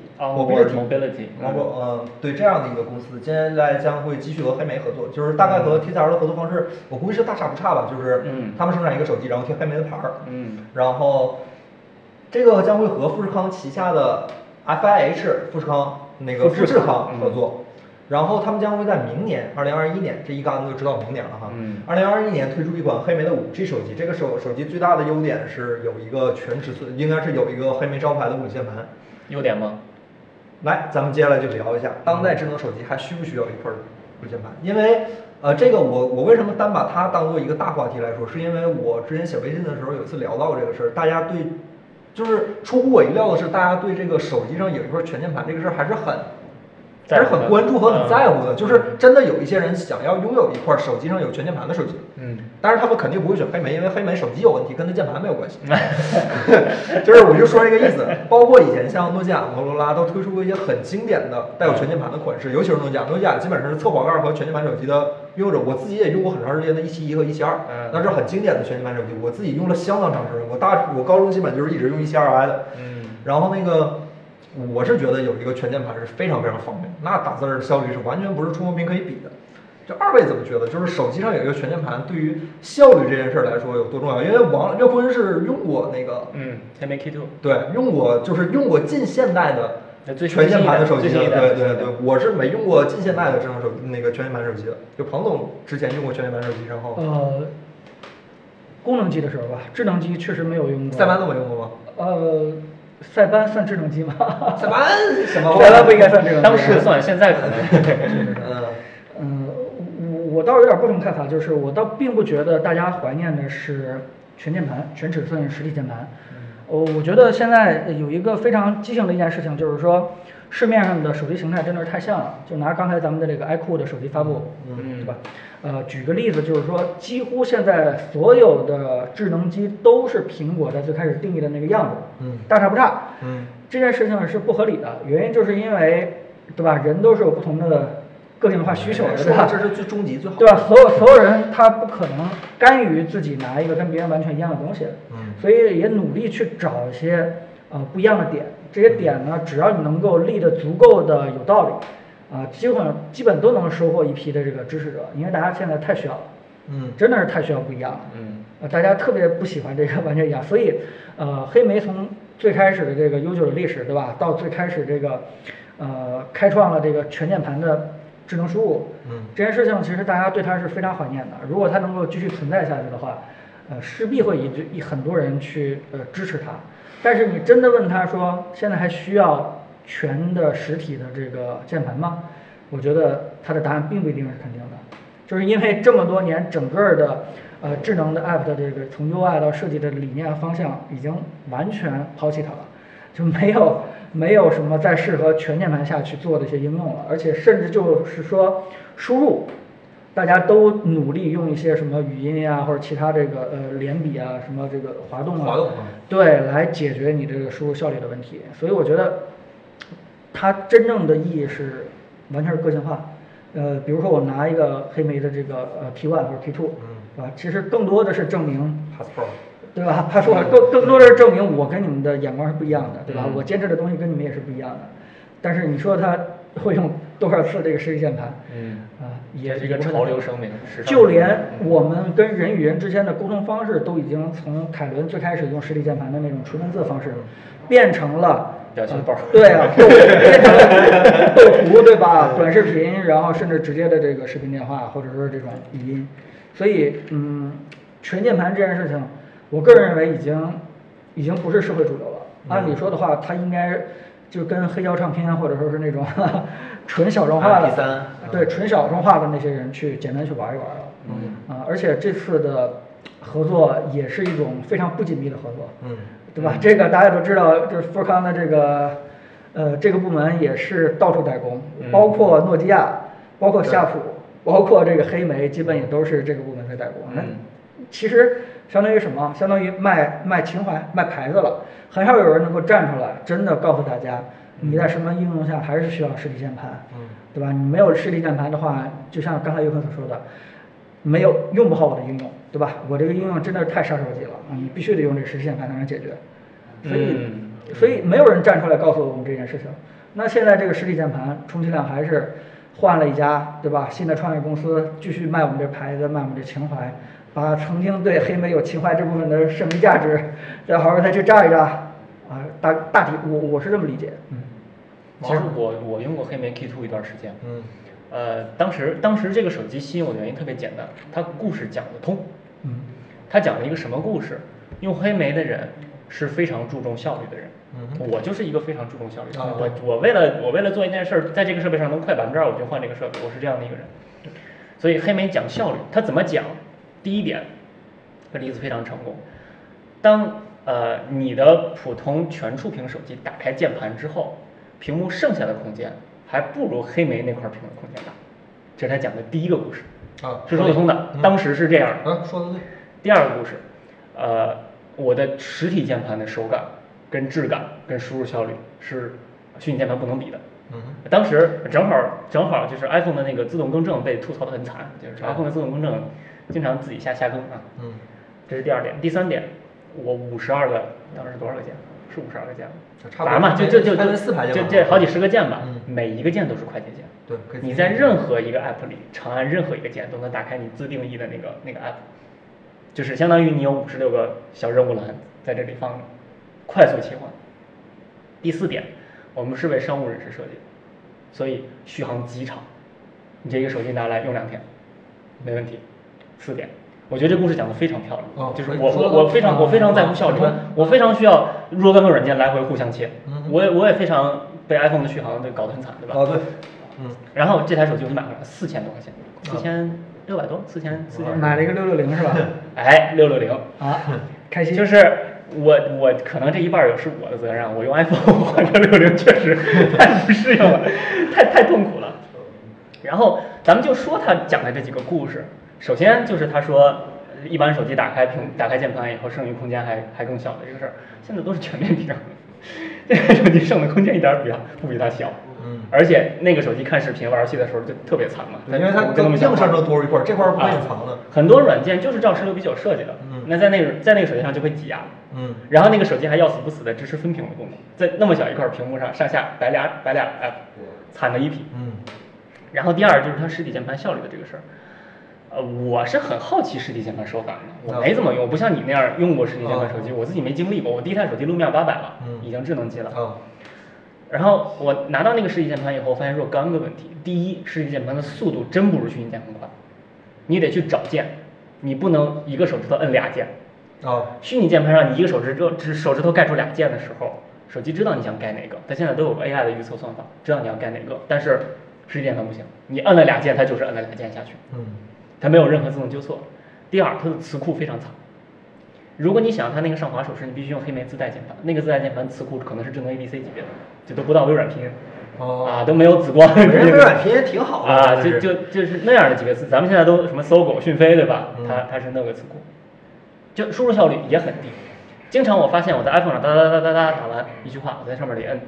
对这样的一个公司，接下来将会继续和黑莓合作，就是大概和 TCL 的合作方式，我估计是大差不差吧，就是他们生产一个手机，然后贴黑莓的牌儿，然后这个将会和富士康旗下的 FIH 富士康富士康合作。然后他们将会在明年2021年，这一竿子就知道明年了哈。2021年推出一款黑莓的5G 手机，这个手机最大的优点是有一个全尺寸，应该是有一个黑莓招牌的物理键盘。 优点吗？ 来，咱们接下来就聊一下，当代智能手机还需不需要一块物理键盘？因为这个我为什么单把它当做一个大话题来说，是因为我之前写微信的时候有一次聊到这个事儿，大家对，就是出乎我意料的是，大家对这个手机上有一块全键盘这个事儿还是很关注和很在乎的，就是真的有一些人想要拥有一块手机上有全键盘的手机，但是他们肯定不会选黑莓，因为黑莓手机有问题，跟它键盘没有关系。就是我就说这个意思，包括以前像诺基亚、摩托罗拉都推出过一些很经典的带有全键盘的款式，尤其是诺基亚基本上是侧滑盖和全键盘手机的拥有者，我自己也用过很长时间的171和172，那是很经典的全键盘手机，我自己用了相当长时间，我高中基本就是一直用172i 的，然后那个。我是觉得有一个全键盘是非常非常方便，那打字的效率是完全不是触摸屏可以比的。这二位怎么觉得？就是手机上有一个全键盘对于效率这件事来说有多重要？因为岳坤是用过那个黑莓 K2， 对，用过近现代的全键盘的手机的，对，我是没用过近现代的智能手那个全键盘手机的。就彭总之前用过全键盘手机，然后功能机的时候吧，智能机确实没有用过。 塞班都没用过吗？ 塞班算智能机吗？ 塞班什么？ 塞班不应该算智能机。 当时算，现在可能。我倒有点不同看法，就是我倒并不觉得大家怀念的是全键盘、全尺寸实体键盘。我觉得现在有一个非常畸形的一件事情，就是说市面上的手机形态真的是太像了。就拿刚才咱们的这个 iQOO 的手机发布，对吧？举个例子，就是说，几乎现在所有的智能机都是苹果在最开始定义的那个样子，大差不差。这件事情是不合理的，原因就是因为，对吧？人都是有不同的个性化需求的，对吧？ 这是最终极最好的， 对吧？所有人他不可能甘于自己拿一个跟别人完全一样的东西，所以也努力去找一些不一样的点。这些点呢，只要你能够立得足够的有道理。基本都能收获一批的这个支持者，因为大家现在太需要了，真的是太需要不一样了，大家特别不喜欢这个完全一样，所以，黑莓从最开始的这个悠久的历史，对吧，到最开始这个，开创了这个全键盘的智能输入，这件事情其实大家对它是非常怀念的。如果它能够继续存在下去的话，势必会很多人去支持它。但是你真的问他说，现在还需要全的实体的这个键盘吗？我觉得他的答案并不一定是肯定的，就是因为这么多年整个的智能的 app 的这个从 UI 到设计的理念方向已经完全抛弃它了，就没有什么再适合全键盘下去做的一些应用了，而且甚至就是说输入，大家都努力用一些什么语音啊或者其他这个连笔啊什么这个滑动啊，对，来解决你这个输入效率的问题。所以我觉得它真正的意义是完全是个性化。比如说我拿一个黑莓的这个T1 或者 T2，啊，其实更多的是证明，对吧？他说更多的是证明我跟你们的眼光是不一样的，对吧？我坚持的东西跟你们也是不一样的。但是你说他会用多少次这个实体键盘？也是一个潮流声明。 就连我们跟人与人之间的沟通方式，都已经从凯伦最开始用实体键盘的那种纯文字方式，变成了表情包， 对啊，变成了斗图，对吧？短视频，然后甚至直接的这个视频电话，或者说这种语音。所以，全键盘这件事情，我个人认为已经不是社会主流了。按理说的话，它应该就跟黑胶唱片或者说是那种纯小众化的，对，纯小众化的那些人去简单去玩一玩了。而且这次的合作也是一种非常不紧密的合作，对吧？这个大家都知道，就是富士康的这个这个部门也是到处代工，包括诺基亚，包括夏普，包括这个黑莓，基本也都是这个部门在代工。那其实相当于什么？相当于卖情怀、卖牌子了。很少有人能够站出来，真的告诉大家，你在什么应用下还是需要实体键盘，对吧？你没有实体键盘的话，就像刚才尤克所说的，用不好我的应用，对吧？我这个应用真的是太杀手级了啊！你必须得用这个实体键盘才能解决。所以没有人站出来告诉我们这件事情。那现在这个实体键盘充其量还是换了一家，对吧？新的创业公司继续卖我们这牌子，卖我们这情怀，把曾经对黑莓有情怀这部分的剩余价值再好好再去炸一炸啊！大体我是这么理解。 其实我用过黑莓 Key2 一段时间。当时这个手机吸引我的原因特别简单，它故事讲得通。它讲了一个什么故事？用黑莓的人是非常注重效率的人。我就是一个非常注重效率的人。我为了做一件事，在这个设备上能快2%，我就换这个设备。我是这样的一个人。所以黑莓讲效率，它怎么讲？第一点，这个例子非常成功。当你的普通全触屏手机打开键盘之后，屏幕剩下的空间还不如黑莓那块屏幕空间大。这是他讲的第一个故事。是说得通的。当时是这样。 说的对。 第二个故事，我的实体键盘的手感、跟质感、跟输入效率是虚拟键盘不能比的。当时正好就是 iPhone 的那个自动更正被吐槽的很惨，就是 iPhone 的自动更正经常自己瞎更啊。这是第二点。第三点，我52个，当时多少个键？是52个键吗？ 差不多嘛，就这好几十个键吧，每一个键都是快捷键。 对， 你在任何一个 app 里长按任何一个键都能打开你自定义的那个 app， 就是相当于你有56个小任务栏在这里放着，快速切换。第四点，我们是为商务人士设计的，所以续航极长，你这个手机拿来用2天，没问题。4点，我觉得这故事讲得非常漂亮，就是我非常在乎效率，我非常需要若干个软件来回互相切，我也非常被 iPhone 的续航搞得很惨，对吧？ 对。 然后这台手机我就买回来4000多块钱，4600多，4000 买了一个660是吧？ 哎，660 啊，开心。 就是我可能这一半也是我的责任，我用 iPhone 换成60确实太不适应了，太痛苦了。然后咱们就说他讲的这几个故事，首先就是他说一般手机打开键盘以后剩余空间还更小的这个事儿，现在都是全面屏，这个手机剩的空间一点不比它小。而且那个手机看视频玩游戏的时候就特别惨嘛， 因为它硬上就多一块，这块不会隐藏的。 很多软件就是照16:9设计的，那在那个手机上就会挤压。然后那个手机还要死不死的支持分屏的功能，在那么小一块屏幕上上下摆俩 app， 惨的一批。然后第二就是它实体键盘效率的这个事儿，我是很好奇实体键盘手感的，我没怎么用，不像你那样用过实体键盘手机，我自己没经历过。我第一台手机路面800了，已经智能机了。然后我拿到那个实体键盘以后，发现若干个问题。第一，实体键盘的速度真不如虚拟键盘快，你得去找键，你不能一个手指头摁2键。虚拟键盘上你一个手指头盖出2键的时候，手机知道你想盖哪个，它现在都有 AI 的预测算法，知道你要盖哪个。但是实体键盘不行，你摁了2键，它就是摁了2键下去，它没有任何自动纠错。第二，它的词库非常惨。如果你想它那个上滑手势，你必须用黑莓自带键盘，那个自带键盘词库可能是智能 ABC 级别的，这都不到微软拼，都没有紫光。 微软拼也挺好的啊，就是那样的级别词，咱们现在都什么搜狗、讯飞，对吧？它是那个词库，就输入效率也很低。经常我发现我在 iPhone 上打完一句话，我在上面里摁。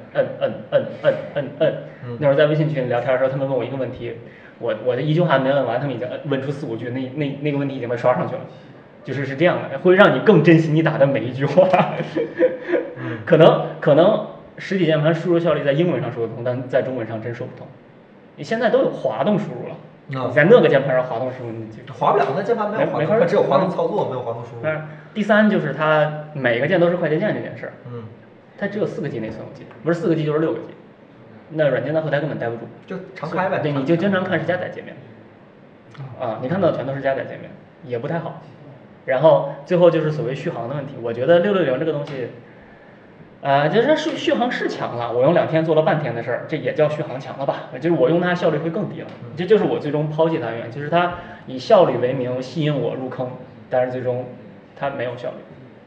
那会儿在微信群里聊天的时候，他们问我一个问题，我的一句话没问完，他们已经问出4-5句，那个问题已经被刷上去了。是这样的，会让你更珍惜你打的每一句话。可能实体键盘输入效率在英文上说得通，但在中文上真说不通。你现在都有滑动输入了，你在那个键盘上滑动输入，你就滑不了，那键盘没有滑动，它只有滑动操作，没有滑动输入。 第三就是它每个键都是快捷键这件事儿，它只有4个 G 内存，我记得不是4个 G 就是6个 G， 那软件在后台根本待不住， 就常开呗。 对，你就经常看是加载界面，你看到的全都是加载界面，也不太好。然后最后就是所谓续航的问题，我觉得660这个东西，就是续航是强了，我用2天做了半天的事儿，这也叫续航强了吧？就是我用它效率会更低了，这就是我最终抛弃它的原因，就是它以效率为名吸引我入坑，但是最终它没有效率。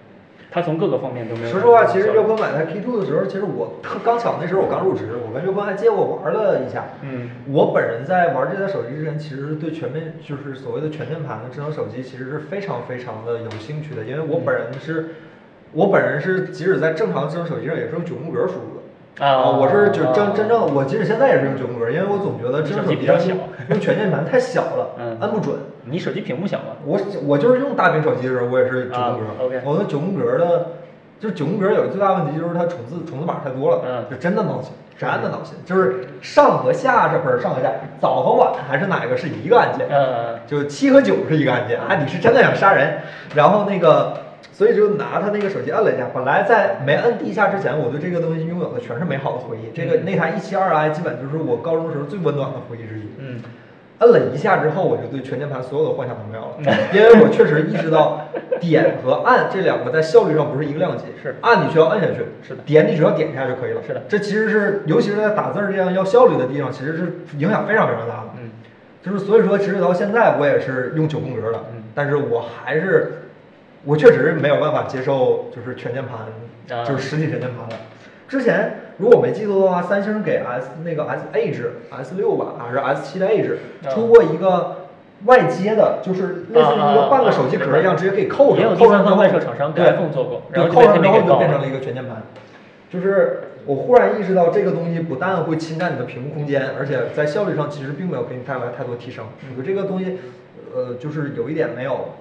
它从各个方面都没有。 说实话，其实岳坤买台 P2 的时候，其实我刚巧那时候我刚入职，我跟岳坤还借过玩了一下。我本人在玩这台手机之前，其实对全面就是所谓的全键盘的智能手机，其实是非常非常的有兴趣的，因为我本人是即使在正常智能手机上也是用9宫格输入的。我是就真正我即使现在也是用9宫格，因为我总觉得智能手机用全键盘太小了，按不准。 你手机屏幕小吗？ 我就是用大屏手机的时候，我也是9宫格。 OK。 我的9宫格的，就是9宫格有一个最大问题就是它重字码太多了，就真的闹心，真的闹心。就是上和下不是上和下，早和晚还是哪个是一个按键？就7和9是一个按键啊！你是真的想杀人，然后那个。所以就拿他那个手机摁了一下，本来在没摁第一下之前，我对这个东西拥有的全是美好的回忆。那台172i 基本就是我高中时候最温暖的回忆之一。摁了一下之后，我就对全键盘所有的幻想都没有了，因为我确实意识到点和按这两个在效率上不是一个量级。 是按你需要摁下去， 是的； 点你只要点一下就可以了。 是的。 这其实是，尤其是在打字这样要效率的地方，其实是影响非常非常大的。就是所以说，直至到现在我也是用9宫格的，但是我确实没有办法接受就是全键盘，就是实体全键盘的。之前如果我没记错的话，三星给 S Edge、S6吧，还是 S7的 Edge 出过一个外接的，就是类似于一个半个手机壳一样，直接可以扣上，扣上之后， 外设厂商给 iPhone 做过，然后扣上之后就变成了一个全键盘。就是我忽然意识到，这个东西不但会侵占你的屏幕空间，而且在效率上其实并没有给你带来太多提升。我觉得这个东西，就是有一点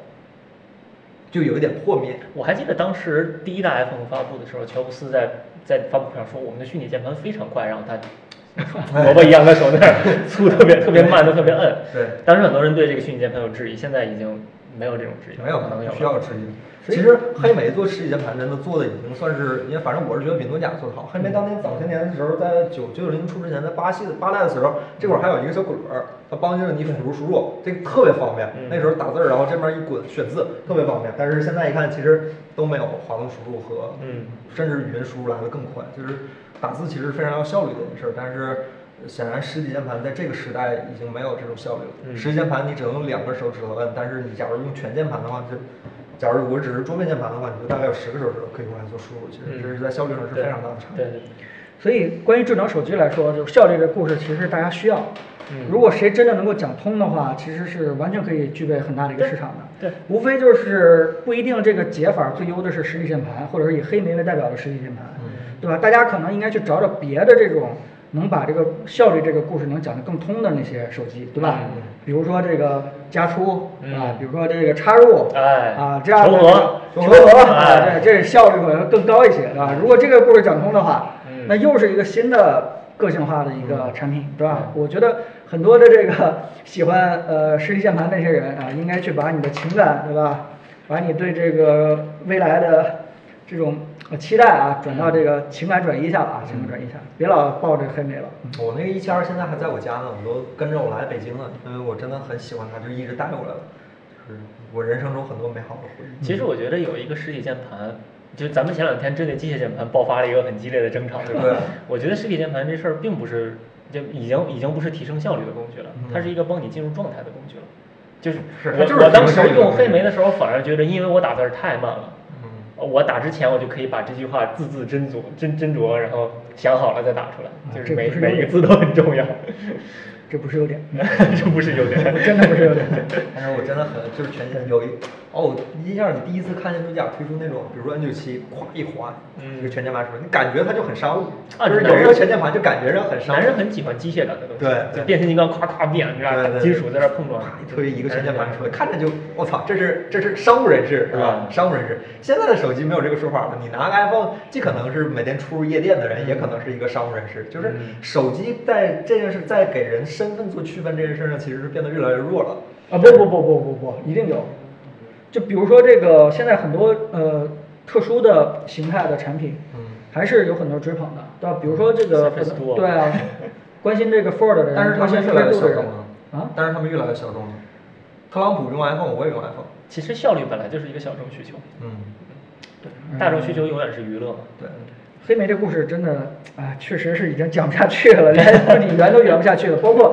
破灭。 我还记得当时第一代 iPhone 发布的时候，乔布斯在发布会上说，我们的虚拟键盘非常快，然后他萝卜一样的手在那儿粗，特别慢，都特别摁。 对， 当时很多人对这个虚拟键盘有质疑，现在已经没有这种质疑， 没有可能需要质疑。其实黑莓做实体键盘真的做的已经算是，因为反正我是觉得比诺基亚做的好。黑莓当年早些年的时候，在990出之前，在8代的时候，这会儿还有一个小滚轮，它帮助你辅助输入，这个特别方便。那时候打字，然后这边一滚选字，特别方便。但是现在一看，其实都没有滑动输入和甚至语音输入来的更快。就是打字其实非常要效率的一件事，但是显然实体键盘在这个时代已经没有这种效率了。实体键盘你只能用2个手指头摁，但是你假如用全键盘的话，假如我只是桌面键盘的话，你就大概有10个手指头可以用来做输入，其实这是在效率上是非常大的差别。 对。所以关于智能手机来说，就效率这故事其实大家需要。如果谁真的能够讲通的话，其实是完全可以具备很大的一个市场的。 对。 无非就是不一定这个解法最优的是实体键盘，或者是以黑莓为代表的实体键盘，对吧？大家可能应该去找别的这种能把这个效率这个故事能讲得更通的那些手机，对吧？比如说这个加出啊，比如说这个插入，这样的求和，这效率可能更高一些，对吧？如果这个故事讲通的话，那又是一个新的个性化的一个产品，对吧？我觉得很多的这个喜欢实体键盘那些人啊，应该去把你的情感，对吧？把你对这个未来的这种期待啊，转到这个情感转移一下了啊，情感转移一下，别老抱着黑莓了。 我那个172现在还在我家呢，我都跟着我来北京了，因为我真的很喜欢它，就一直带过来了，就是我人生中很多美好的回忆。 其实我觉得有一个实体键盘，就咱们前2天针对机械键盘爆发了一个很激烈的争吵，对吧？ 对。 我觉得实体键盘这事儿并不是，就已经不是提升效率的工具了，它是一个帮你进入状态的工具了。就是我当时用黑莓的时候，反而觉得，因为我打字太慢了。我打之前，我就可以把这句话字字斟酌，然后想好了再打出来，就是每一个字都很重要。 这不是优点， 这不是优点， 真的不是优点。 但是我真的很就是全线有一下你第一次看见诺基亚推出那种，比如说 N97，咵一滑，一个全键盘什么，你感觉它就很商务，就是有一个全键盘就感觉上很商务。 男人很喜欢机械感的东西， 对， 就变形金刚咵咵变，是吧？金属在那碰撞， 一推一个全键盘出来，看着就我操，这是商务人士是吧？商务人士。现在的手机没有这个说法了，你拿个 iPhone， 既可能是每天出入夜店的人，也可能是一个商务人士。就是手机在这件事，在给人身份做区分这件事上，其实是变得越来越弱了。 不，一定有。就比如说这个，现在很多特殊的形态的产品，还是有很多追捧的，对吧？比如说这个，对啊，关心这个 Ford 的人， 但是他们越来越小众了啊， 但是他们越来越小众了。特朗普用 iPhone， 我也用 iPhone。 其实效率本来就是一个小众需求，对，大众需求永远是娱乐嘛。 对， 黑莓这故事真的确实是已经讲不下去了，连圆都圆不下去了。包括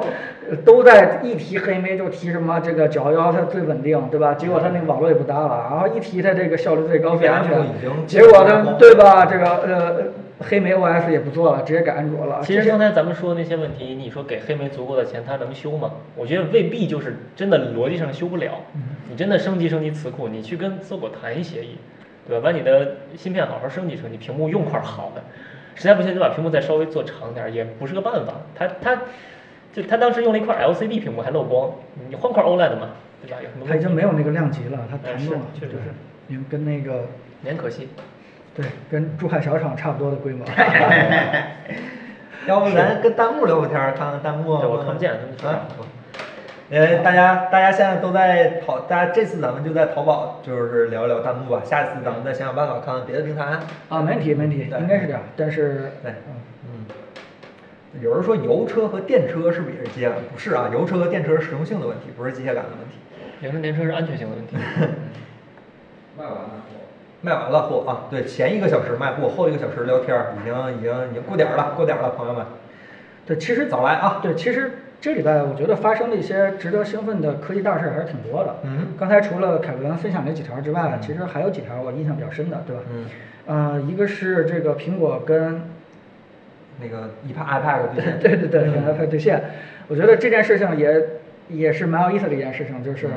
都在一提黑莓就提什么这个911它最稳定，对吧？结果它那个网络也不搭了，然后一提它这个效率最高、最安全，结果它对吧？这个黑莓 OS 也不做了，直接改安卓了。 其实刚才咱们说的那些问题，你说给黑莓足够的钱，它能修吗？我觉得未必，就是真的逻辑上修不了。你真的升级词库，你去跟搜狗谈一协议，对吧？把你的芯片好好升级，屏幕用块好的，实在不行就把屏幕再稍微做长点，也不是个办法。他当时用了一块 LCD 屏幕还漏光，你换块 OLED 嘛，对吧？有什么？ 它已经没有那个量级了，它弹动了， 确实是， 因为跟那个很可惜。 对，跟珠海小厂差不多的规模。 要不咱跟弹幕聊会天，看看弹幕。 对，我看不见他们。 大家现在都在大家这次咱们就在淘宝就是聊一聊弹幕吧，下一次咱们再想想办法看看别的平台。 啊，没问题，应该是这样。但是对，有人说油车和电车是不是也是机械感？不是啊，油车和电车是实用性的问题，不是机械感的问题。 油车、电车是安全性的问题。 卖完了货啊，对，前1个小时卖货，后1个小时聊天，已经过点了，朋友们。 对，其实早来啊。 对，其实这礼拜我觉得发生的一些值得兴奋的科技大事还是挺多的。刚才除了凯文分享那几条之外，其实还有几条我印象比较深的，对吧？一个是这个苹果跟那个iPad 对线。 对，跟 iPad 对线，我觉得这件事情也是蛮有意思的一件事情，就是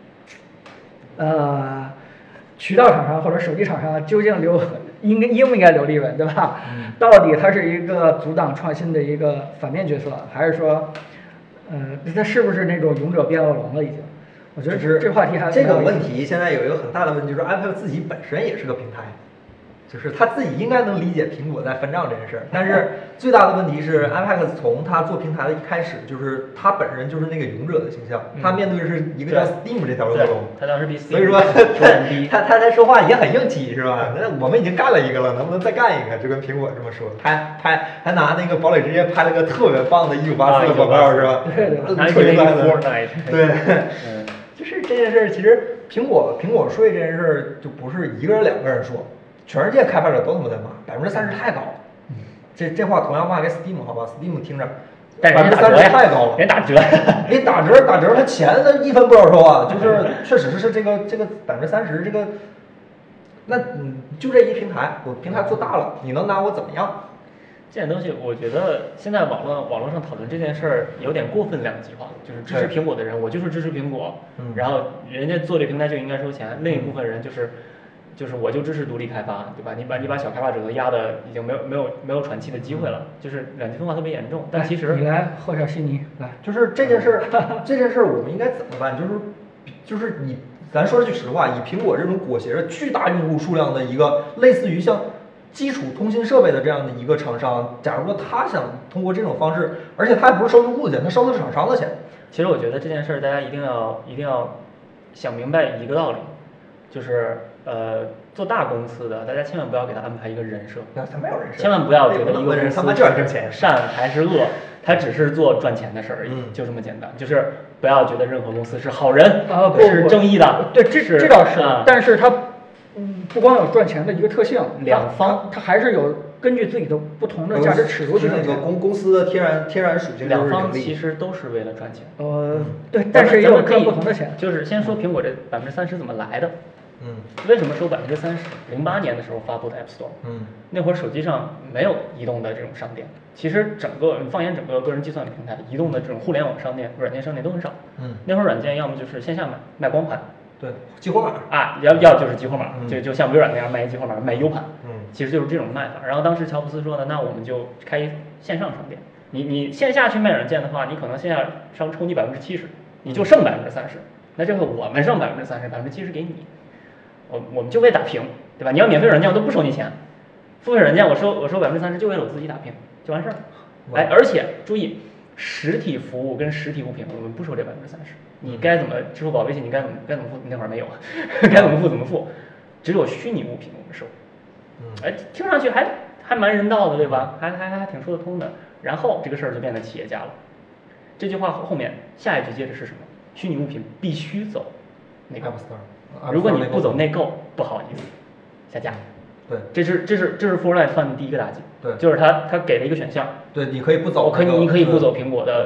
渠道厂商或者手机厂商究竟应不应该留利润，对吧？到底它是一个阻挡创新的一个反面角色，还是说，它是不是那种勇者变恶龙了已经？我觉得这个话题还这个问题现在有一个很大的问题，就是 iPad 自己本身也是个平台。就是他自己应该能理解苹果在分账这件事儿，但是最大的问题是 iPad 从他做平台的一开始，就是他本身就是那个勇者的形象，他面对的是一个叫 Steam 这条恶龙， 他当时比 Steam 所以说他说话也很硬气，是吧？那我们已经干了一个了，能不能再干一个？就跟苹果这么说，还拿那个堡垒之夜拍了个特别棒的1984的广告，是吧？ 对， 对，就是这件事儿，其实苹果税这件事儿就不是1个人2个人说。全世界开发者都他妈在骂，30%太高了。这话同样骂给 Steam 好吧 ？Steam 听着，30%太高了。 人打折， 打折，他钱他1分不少收啊。就是确实是这个30%这个，那就这一平台，我平台做大了，你能拿我怎么样？ 这件东西，我觉得现在网络上讨论这件事儿有点过分2极化，就是支持苹果的人，我就是支持苹果，然后人家做这平台就应该收钱，另一部分人就是我就支持独立开发，对吧？你把小开发者都压的已经没有喘气的机会了，就是2极分化特别严重。但其实你来喝点悉尼来， 就是这件事儿我们应该怎么办？就是咱说句实话，以苹果这种裹挟着巨大用户数量的一个类似于像基础通信设备的这样的一个厂商，假如说他想通过这种方式，而且他还不是收用户的钱，他收的是厂商的钱。 其实我觉得这件事儿大家一定要想明白一个道理，就是做大公司的，大家千万不要给他安排一个人设， 他没有人设， 千万不要觉得一个公司他妈就爱挣钱， 善还是恶，他只是做赚钱的事儿而已，就这么简单。就是不要觉得任何公司是好人是正义的， 对，这倒是，但是它不光有赚钱的一个特性， 两方它还是有根据自己的不同的价值尺度去那个公司的天然属性， 两方其实都是为了赚钱。 对，但是也有赚不同的钱。 就是先说苹果这30%怎么来的。为什么收30%？08年的时候发布的 App Store，那会儿手机上没有移动的这种商店。其实放眼整个个人计算平台，移动的这种互联网商店、软件商店都很少。那会儿软件要么就是线下卖光盘， 对，激活码啊，要就是激活码，就像微软那样卖激活码、卖 U 盘，其实就是这种卖法。然后当时乔布斯说呢，那我们就开一线上商店。你线下去卖软件的话，你可能线下商抽你70%，你就剩30%。那这回我们剩30%，70%给你。我们就为打平，对吧？你要免费软件我都不收你钱，付费软件我收30%，就为了我自己打平就完事儿。哎，而且注意，实体服务跟实体物品我们不收这30%，你该怎么支付宝、微信你该怎么付，那会儿没有，该怎么付怎么付，只有虚拟物品我们收。哎，听上去还蛮人道的，对吧？还挺说得通的。然后这个事儿就变得企业家了。这句话后面下一句接着是什么？虚拟物品必须走那个 App Store。 如果你不走内购，不好意思，下架。 对， 这是 Fortnite 犯的第一个大忌。 对， 就是他给了一个选项。 对，你可以不走， 你可以不走苹果的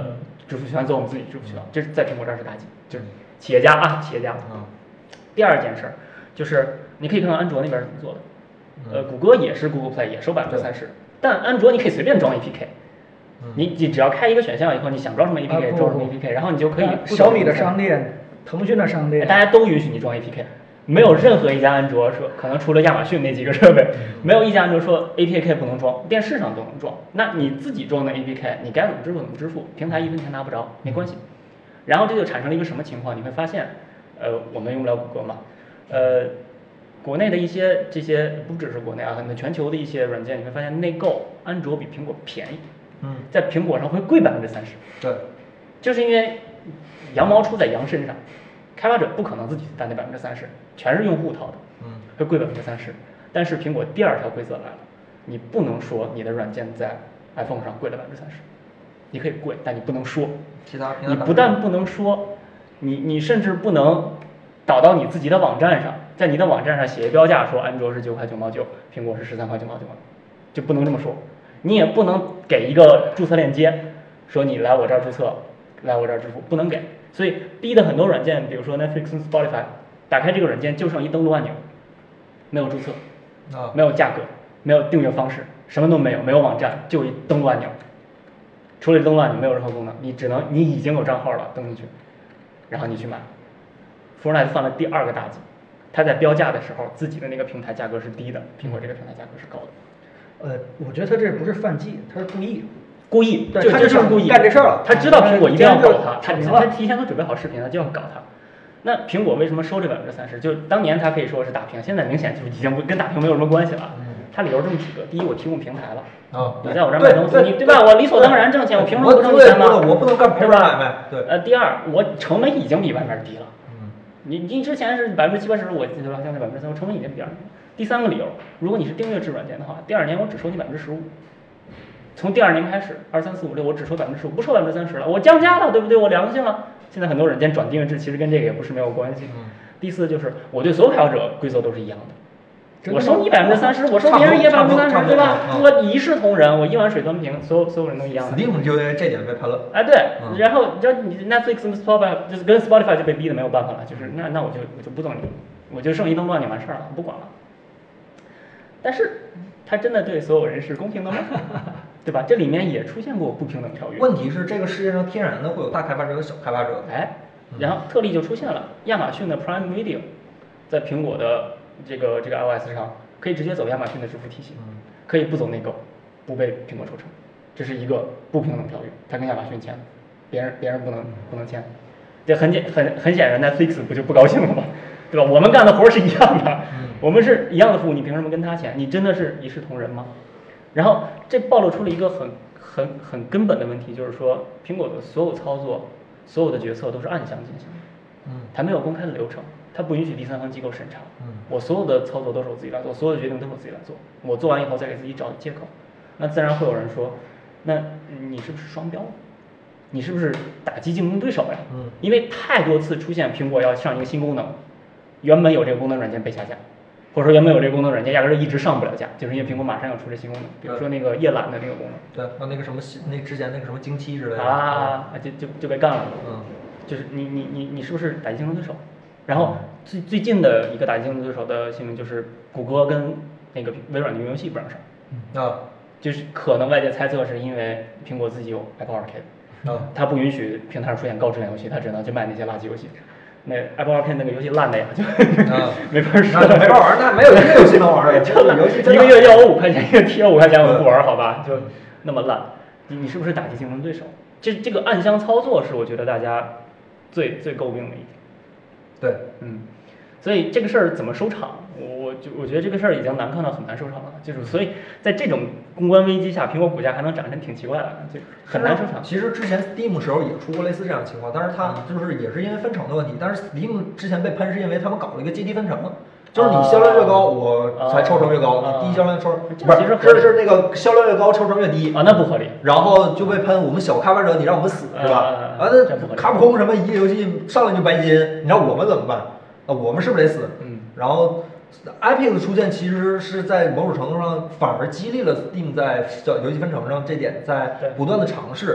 支付渠道，做我们自己支付渠道，这是在苹果这儿是大忌，就是企业家。第二件事儿就是你可以看看安卓那边是怎么做的，谷歌也是 Google Play 也收30%，但安卓你可以随便装 APK。你只要开一个选项以后，你想装什么 APK 装什么 APK， 然后你就可以小米的商店、腾讯的商店， 大家都允许你装 APK， 没有任何一家安卓说，可能除了亚马逊那几个设备，没有一家安卓说 APK 不能装，电视上都能装。那你自己装的 APK， 你该怎么支付怎么支付，平台1分钱拿不着，没关系。然后这就产生了一个什么情况？你会发现，我们用不了谷歌嘛，国内的一些这些不只是国内啊，很多全球的一些软件，你会发现内购安卓比苹果便宜。在苹果上会贵30%， 对， 就是因为羊毛出在羊身上，开发者不可能自己担那30%，全是用户掏的，会贵30%。但是苹果第二条规则来了，你不能说你的软件在 iPhone 上贵了30%，你可以贵，但你不能说，你不但不能说，你甚至不能导到你自己的网站上，在你的网站上写标价说安卓是9.99块，苹果是13.99块，就不能这么说。你也不能给一个注册链接，说你来我这儿注册，来我这儿支付，不能给。所以逼的很多软件，比如说 Netflix 和 Spotify， 打开这个软件就剩一登录按钮，没有注册，没有价格，没有订阅方式，什么都没有，没有网站，就一登录按钮。除了登录按钮没有任何功能，你已经有账号了，登进去，然后你去买。Fortnite 犯了第二个大忌，他在标价的时候，自己的那个平台价格是低的，苹果这个平台价格是高的。 我觉得他这不是犯忌，他是故意， 对，他就是故意干这事儿了。 他知道苹果一定要搞他，他提前都准备好视频了，就要搞他。那苹果为什么收这30%？就当年他可以说是打平，现在明显就已经跟打平没有什么关系了。他理由这么几个：第一，我提供平台了，你在我这儿卖东西，对吧？我理所当然挣钱，我凭什么不挣钱呢？ 我不能干赔本买卖。对。 第二，我成本已经比外面低了。你之前是70%-80%，我对吧？现在3%，我成本已经比2%。第三个理由，如果你是订阅制软件的话，第2年我只收你15%，从第2年开始，2、3、4、5、6，我只收15%，不收30%了，我降价了，对不对？我良心了。现在很多软件转订阅制，其实跟这个也不是没有关系。第四就是，我对所有开发者规则都是一样的，我收你30%，我收别人也30%，对吧？我一视同仁，我一碗水端平，所有人都一样。 Steam 就这点被喷了。 哎，对，然后你知道你 Netflix 跟 Spotify 就是跟 Spotify 就被逼的没有办法了，就是那我就不登你，我就剩一登录按钮完事儿了，不管了。但是，它真的对所有人是公平的吗？对吧？这里面也出现过不平等条约。 问题是，这个世界上天然的会有大开发者和小开发者。 然后特例就出现了，亚马逊的 Prime Video， 在苹果的这个 iOS 上可以直接走亚马逊的支付体系，可以不走内购，不被苹果抽成，这是一个不平等条约，它跟亚马逊签的，别人不能签。这很显然 Netflix 不就不高兴了吗？对吧？我们干的活是一样的。我们是一样的服务，你凭什么跟他签？你真的是一视同仁吗？然后这暴露出了一个很根本的问题，就是说苹果的所有操作、所有的决策都是暗箱进行的，它没有公开的流程，它不允许第三方机构审查，我所有的操作都是我自己来做，所有的决定都是我自己来做，我做完以后再给自己找借口，那自然会有人说，那你是不是双标？你是不是打击竞争对手呀？因为太多次出现苹果要上一个新功能，原本有这个功能软件被下架。或者说原本有这个功能软件，压根儿一直上不了架，就是因为苹果马上要出这新功能，比如说那个夜览的那个功能， 对，还有那个什么那之前那个什么经期之类的就被干了，就是你是不是打击竞争对手？然后最近的一个打击竞争对手的新闻就是谷歌跟那个微软的云游戏不让上，就是可能外界猜测是因为苹果自己有 Apple Arcade，它不允许平台上出现高质量游戏，它只能去卖那些垃圾游戏。那 Apple Arcade 那个游戏烂的呀，就没法说， 没法玩，那没有一个游戏能玩的， 就烂。一个月要我5块钱，一个贴5块钱，我不玩，好吧？就那么烂，你是不是打击竞争对手？这个暗箱操作是我觉得大家最诟病的一点。 对， 所以这个事儿怎么收场？我觉得这个事儿已经难看到很难收场了，就是所以在这种公关危机下，苹果股价还能涨，真挺奇怪的，就很难收场。 其实之前 Steam 时候也出过类似这样的情况，但是它就是也是因为分成的问题，但是 Steam 之前被喷是因为他们搞了一个阶梯分成，就是你销量越高，我才抽成越高，你低销量抽不是那个销量越高抽成越低啊，那不合理。 然后就被喷，我们小开发者你让我们死是吧？那卡普空什么一个游戏上来就白金，你让我们怎么办？我们是不是得死？然后 Epic 的出现其实是在某种程度上反而激励了 Steam 在游戏分成上这点在不断的尝试。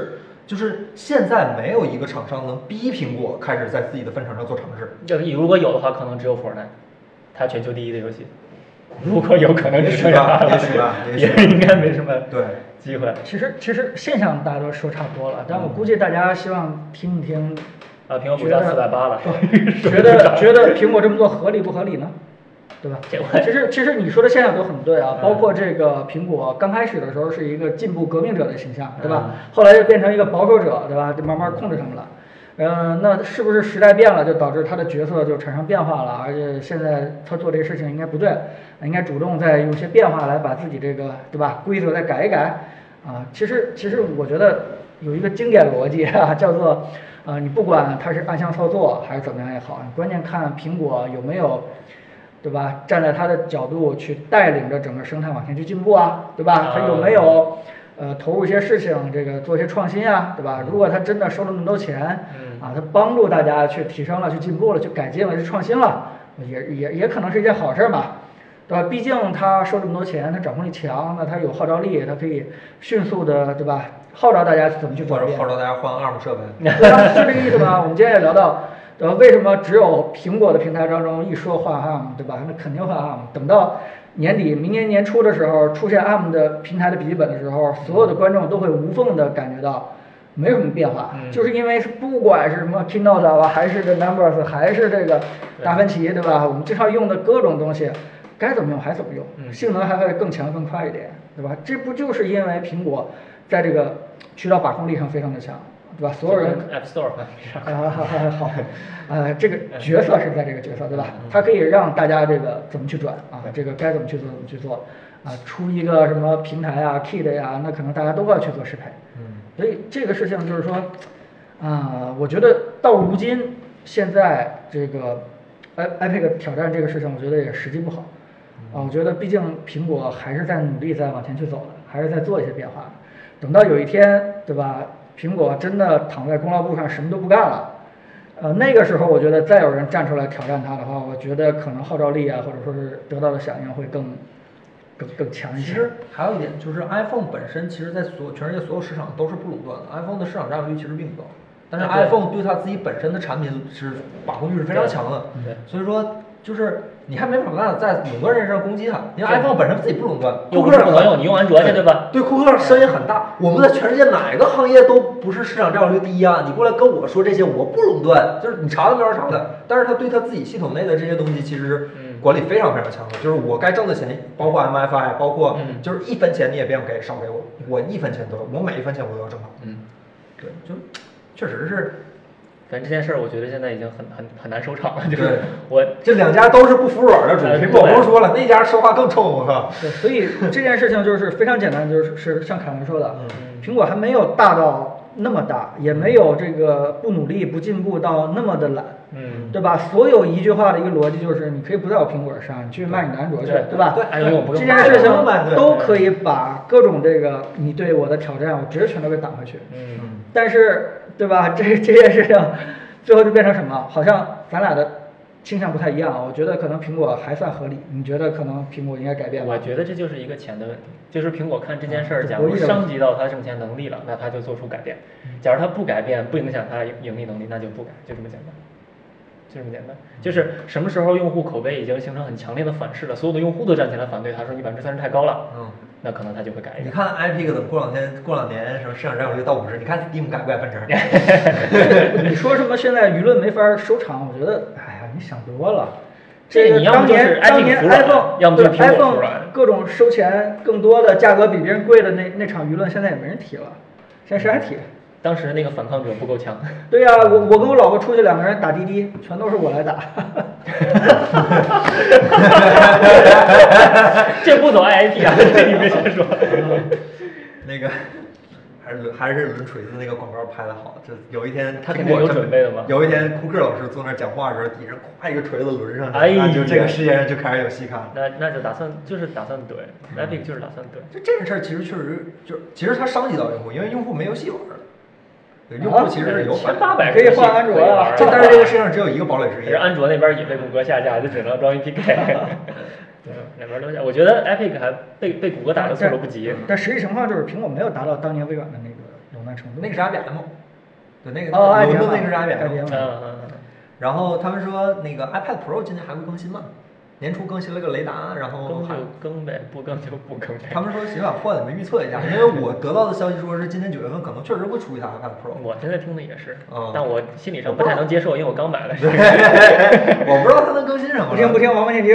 就是现在没有一个厂商能逼苹果开始在自己的分厂上做尝试。 如果有的话，可能只有 Fortnite， 它全球第一的游戏。如果有可能， 也许吧， 也应该没什么对机会。 其实现象大家都说差不多了，但我估计大家希望听一听。 苹果股价480了， 觉得苹果这么做合理不合理呢？对吧？其实你说的现象都很对啊，包括这个苹果刚开始的时候是一个进步革命者的形象，对吧？后来又变成一个保守者，对吧？就慢慢控制他们了。那是不是时代变了，就导致他的角色就产生变化了？而且现在他做这个事情应该不对，应该主动再用些变化来把自己这个对吧规则再改一改啊。其实我觉得有一个经典逻辑啊，叫做你不管它是暗箱操作还是怎么样也好，关键看苹果有没有。对吧？站在他的角度去带领着整个生态往前去进步啊，对吧？他有没有投入一些事情，这个做一些创新啊，对吧？如果他真的收了那么多钱，啊，他帮助大家去提升了、去进步了、去改进了、去创新了，也可能是一件好事嘛，对吧？毕竟他收这么多钱，他掌控力强，那他有号召力，他可以迅速的，对吧？号召大家怎么去转变， 号召大家换 ARM 设备， 对吧？是这个意思吧？我们今天也聊到。为什么只有苹果的平台当中一说换 ARM， 对吧？那肯定换 ARM。等到年底、明年年初的时候，出现 ARM 的平台的笔记本的时候，所有的观众都会无缝的感觉到没有什么变化，就是因为不管是什么 Keynote 啊，还是这 Numbers， 还是这个达芬奇，对吧？我们经常用的各种东西，该怎么用还怎么用，性能还会更强更快一点，对吧？这不就是因为苹果在这个渠道把控力上非常的强？对吧？所有人 App Store 好，这个角色是在这个角色，对吧？它可以让大家这个怎么去转啊，这个该怎么去做怎么去做啊，出一个什么平台啊 Kit 呀，那可能大家都要去做适配。所以这个事情就是说，我觉得到如今现在这个iPad 挑战这个事情，我觉得也时机不好。我觉得毕竟苹果还是在努力在往前去走的，还是在做一些变化的。等到有一天，对吧？苹果真的躺在功劳簿上什么都不干了，那个时候我觉得再有人站出来挑战它的话，我觉得可能号召力啊，或者说是得到的响应会更强一些。 其实还有一点就是 iPhone 本身，其实在全世界所有市场都是不垄断的 ，iPhone 的市场占有率其实并不高，但是 iPhone 对它自己本身的产品是把控欲是非常强的，所以说就是你还没法办法在垄断人上攻击它，因为 iPhone 本身自己不垄断， 又不是不能用，你用安卓去对吧？ 对，库克声音很大，我们在全世界哪个行业都不是市场占有率第一啊！你过来跟我说这些，我不垄断，就是你查都没法查的。但是他对他自己系统内的这些东西，其实管理非常非常强的，就是我该挣的钱，包括 MFI， 包括就是1分钱你也别想少给我，我1分钱都要，我每1分钱我都要挣到。对，就确实是。 反正这件事儿，我觉得现在已经很难收场了。就是我这两家都是不服软的主，苹果甭说了，那家说话更冲，我靠。 对，所以这件事情就是非常简单，就是像凯文说的，苹果还没有大到那么大，也没有这个不努力不进步到那么的懒，对吧？所有一句话的一个逻辑就是，你可以不在我苹果上，你去卖你的安卓去，对吧？ 对， 这件事情都可以把各种这个你对我的挑战，我直接全都给挡回去。但是。对吧？这件事情最后就变成什么？好像咱俩的倾向不太一样。我觉得可能苹果还算合理，你觉得可能苹果应该改变吗？ 我觉得这就是一个钱的问题，就是苹果看这件事儿，假如升级到它挣钱能力了，那它就做出改变；假如它不改变，不影响它盈利能力，那就不改，就这么简单。就这么简单，就是什么时候用户口碑已经形成很强烈的反噬了，所有的用户都站起来反对他，说你30%太高了，那可能他就会改一改。 你看 iPad 怎么过两年什么市场占有率到50%，你看 Steam 改不改分成？ 你说什么现在舆论没法收场，我觉得，哎呀，你想多了。 这你要么就是当年 iPhone， 要么就是苹果 iPhone 各种收钱更多的价格比别人贵的那场舆论，现在也没人提了，现在谁还提？ 当时那个反抗者不够强。 对呀，我跟我老婆出去2个人打滴滴，全都是我来打。 这不走 IIT 啊，这你别瞎说。 那个还是抡锤子那个广告拍的好，这有一天他肯定有准备的嘛。 有一天库克老师坐那讲话的时候，底下咵一个锤子抡上去， 那就这个世界上就开始有戏看了。 那就打算怼 ，Epic 就是打算怼。 就这件事儿其实确实其实它伤及到用户，因为用户没游戏玩了。用户其实是有 1800 可以换安卓啊， 但是这个世界上只有一个堡垒之夜。 安卓那边也被谷歌下架，就只能装 APK。对，两边都下。我觉得 Epic 还被谷歌打得措手不及。 但实际情况就是苹果没有达到当年微软的那个垄欢程度。 那个是 IBM， 对，那个哦轮的那个是 IBM。 然后他们说那个 iPad Pro 今年还会更新吗？年初更新了个雷达，然后更就更呗，不更就不更呗。 他们说想换的，没预测一下，因为我得到的消息说是今年9月份可能确实会出一台 iPad Pro。 我现在听的也是，但我心理上不太能接受，因为我刚买了。 我不知道它能更新什么。 不听，王八念经。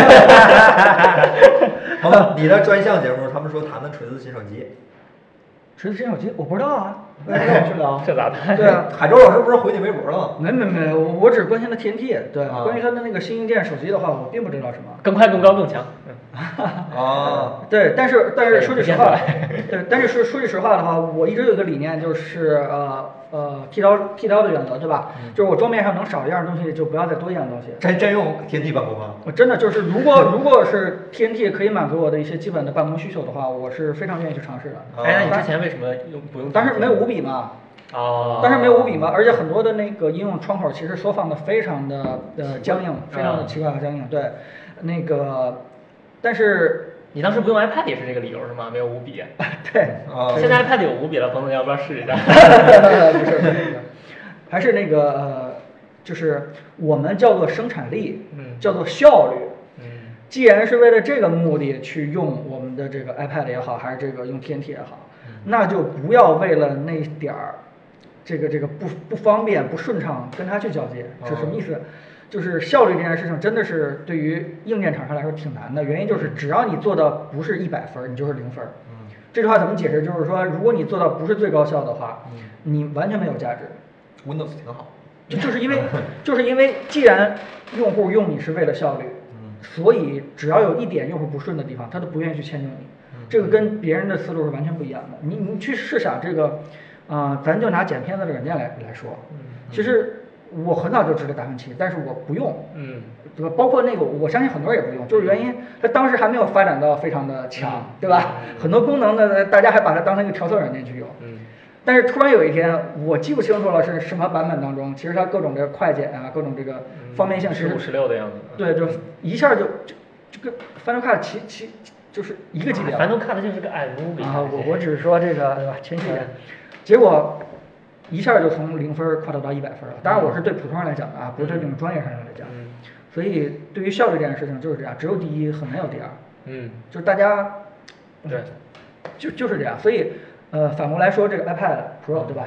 好了，你的专项节目，他们说谈的锤子新手机。 锤子新手机，我不知道啊。为什么我去聊？ 这咋谈？ 对啊， 海州老师不是回你微博了吗？ 没，我只关心了 TNT。对，关于它的那个新硬件手机的话，我并不知道什么。 更快、更高、更强。 对，但是说句实话，对，但是说句实话的话，我一直有一个理念，就是剃刀的原则，对吧？就是我桌面上能少一样东西，就不要再多一样东西。 真用 TNT 办公吗？ 我真的就是，如果是 TNT 可以满足我的一些基本的办公需求的话，我是非常愿意去尝试的。 哎，那你之前为什么不用？ 当时没有五笔嘛。当时没有五笔嘛，而且很多的那个应用窗口其实缩放的非常的僵硬，非常的奇怪和僵硬。对，那个，但是你当时不用 iPad 也是这个理由是吗？没有五笔。 对。 现在 iPad 有五笔了，彭总要不要试一下？ 不是，还是那个就是我们叫做生产力，叫做效率。既然是为了这个目的去用我们的这个 iPad 也好，还是这个用 TNT 也好，那就不要为了那点儿这个不方便不顺畅跟它去交接。是什么意思？就是效率这件事情真的是对于硬件厂商来说挺难的，原因就是只要你做到不是100分，你就是0分。这句话怎么解释？就是说，如果你做到不是最高效的话，你完全没有价值。 Windows 挺好， 就是因为既然用户用你是为了效率，所以只要有一点用户不顺的地方，他都不愿意去迁就你。这个跟别人的思路是完全不一样的。你去试想这个，咱就拿剪片子的软件来说，其实我很早就知道达芬奇，但是我不用，对吧？包括那个，我相信很多人也不用，就是原因它当时还没有发展到非常的强，对吧？很多功能呢，大家还把它当成一个调色软件去用。但是突然有一天，我记不清楚了是什么版本当中，其实它各种这个快剪啊，各种这个方便性 ，15、16的样子。 对，就一下就跟 Final Cut 就是一个级别。 Final Cut 就是个iMovie 啊，我只是说这个对吧？谦虚一点。结果一下就从0分跨到100分了。当然我是对普通人来讲的啊，不是对这种专业上来讲。所以对于效率这件事情就是这样，只有第一，很难有第二。就是大家， 对， 就是这样。所以反过来说，这个 iPad Pro 对吧？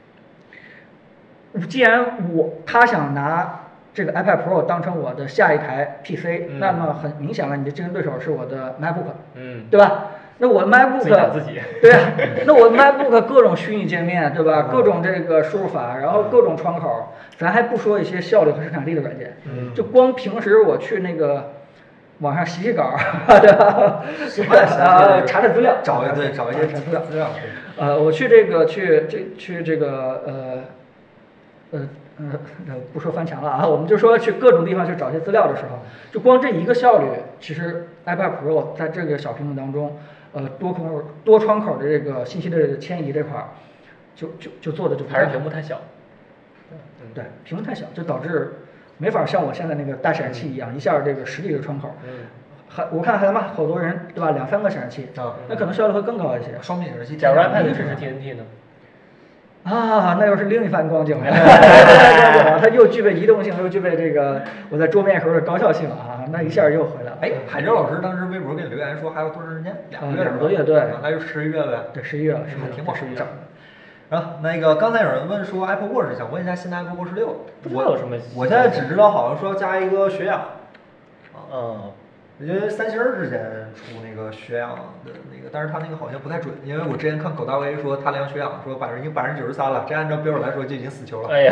既然他想拿这个 iPad Pro 当成我的下一台 PC，那么很明显了，你的竞争对手是我的 MacBook，对吧？那我的 MacBook， 对啊，那我的 MacBook 各种虚拟界面，对吧？各种这个输入法，然后各种窗口，咱还不说一些效率和生产力的软件，就光平时我去那个网上洗稿，对吧？查资料， 找一些资料。 我去这个不说翻墙了啊，我们就说去各种地方去找些资料的时候，就光这一个效率，其实 iPad Pro 在这个小屏幕当中，多窗口的这个信息的迁移这块儿，就做的就还是屏幕太小。 对，屏幕太小，就导致没法像我现在那个大显示器一样，一下这个10几个窗口。我看还好多人对吧，2、3个显示器，那可能效率会更高一些。 双面显示器， 假如 iPad 支持 TNT 呢？ 那又是另一番光景了。它又具备移动性，又具备这个我在桌面时候的高效性啊，那一下又回来了。 哎，海州老师当时微博给你留言说还有多长时间？2个月 ？2个多月，对。 那就11月呗。 对，11月了， 还挺好 ，11月。 那个刚才有人问说 Apple Watch， 想问一下新的 Apple Watch 6， 不知道有什么？ 我现在只知道好像说要加一个血氧。我觉得三星之前出那个血氧的那个，但是它那个好像不太准，因为我之前看狗大 V 说他量血氧说已经93%了，这按照标准来说就已经死球了。 哎呀，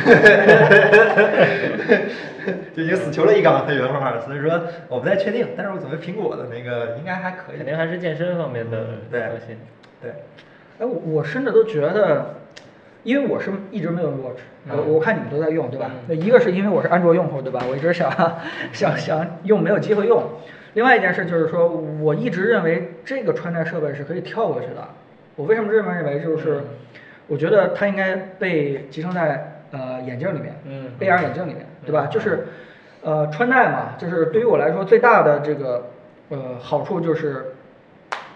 就已经死球了一缸，他原话，所以说我不太确定，但是我准备苹果的那个应该还可以。 肯定还是健身方面的核心。 对。 哎，我甚至都觉得，因为我是一直没有 Watch，我看你们都在用，对吧？一个是因为我是安卓用户，对吧？我一直想用，没有机会用。另外一件事就是说，我一直认为这个穿戴设备是可以跳过去的。我为什么这么认为？就是我觉得它应该被集成在眼镜里面，AR 眼镜里面，对吧？就是穿戴嘛，就是对于我来说最大的这个好处就是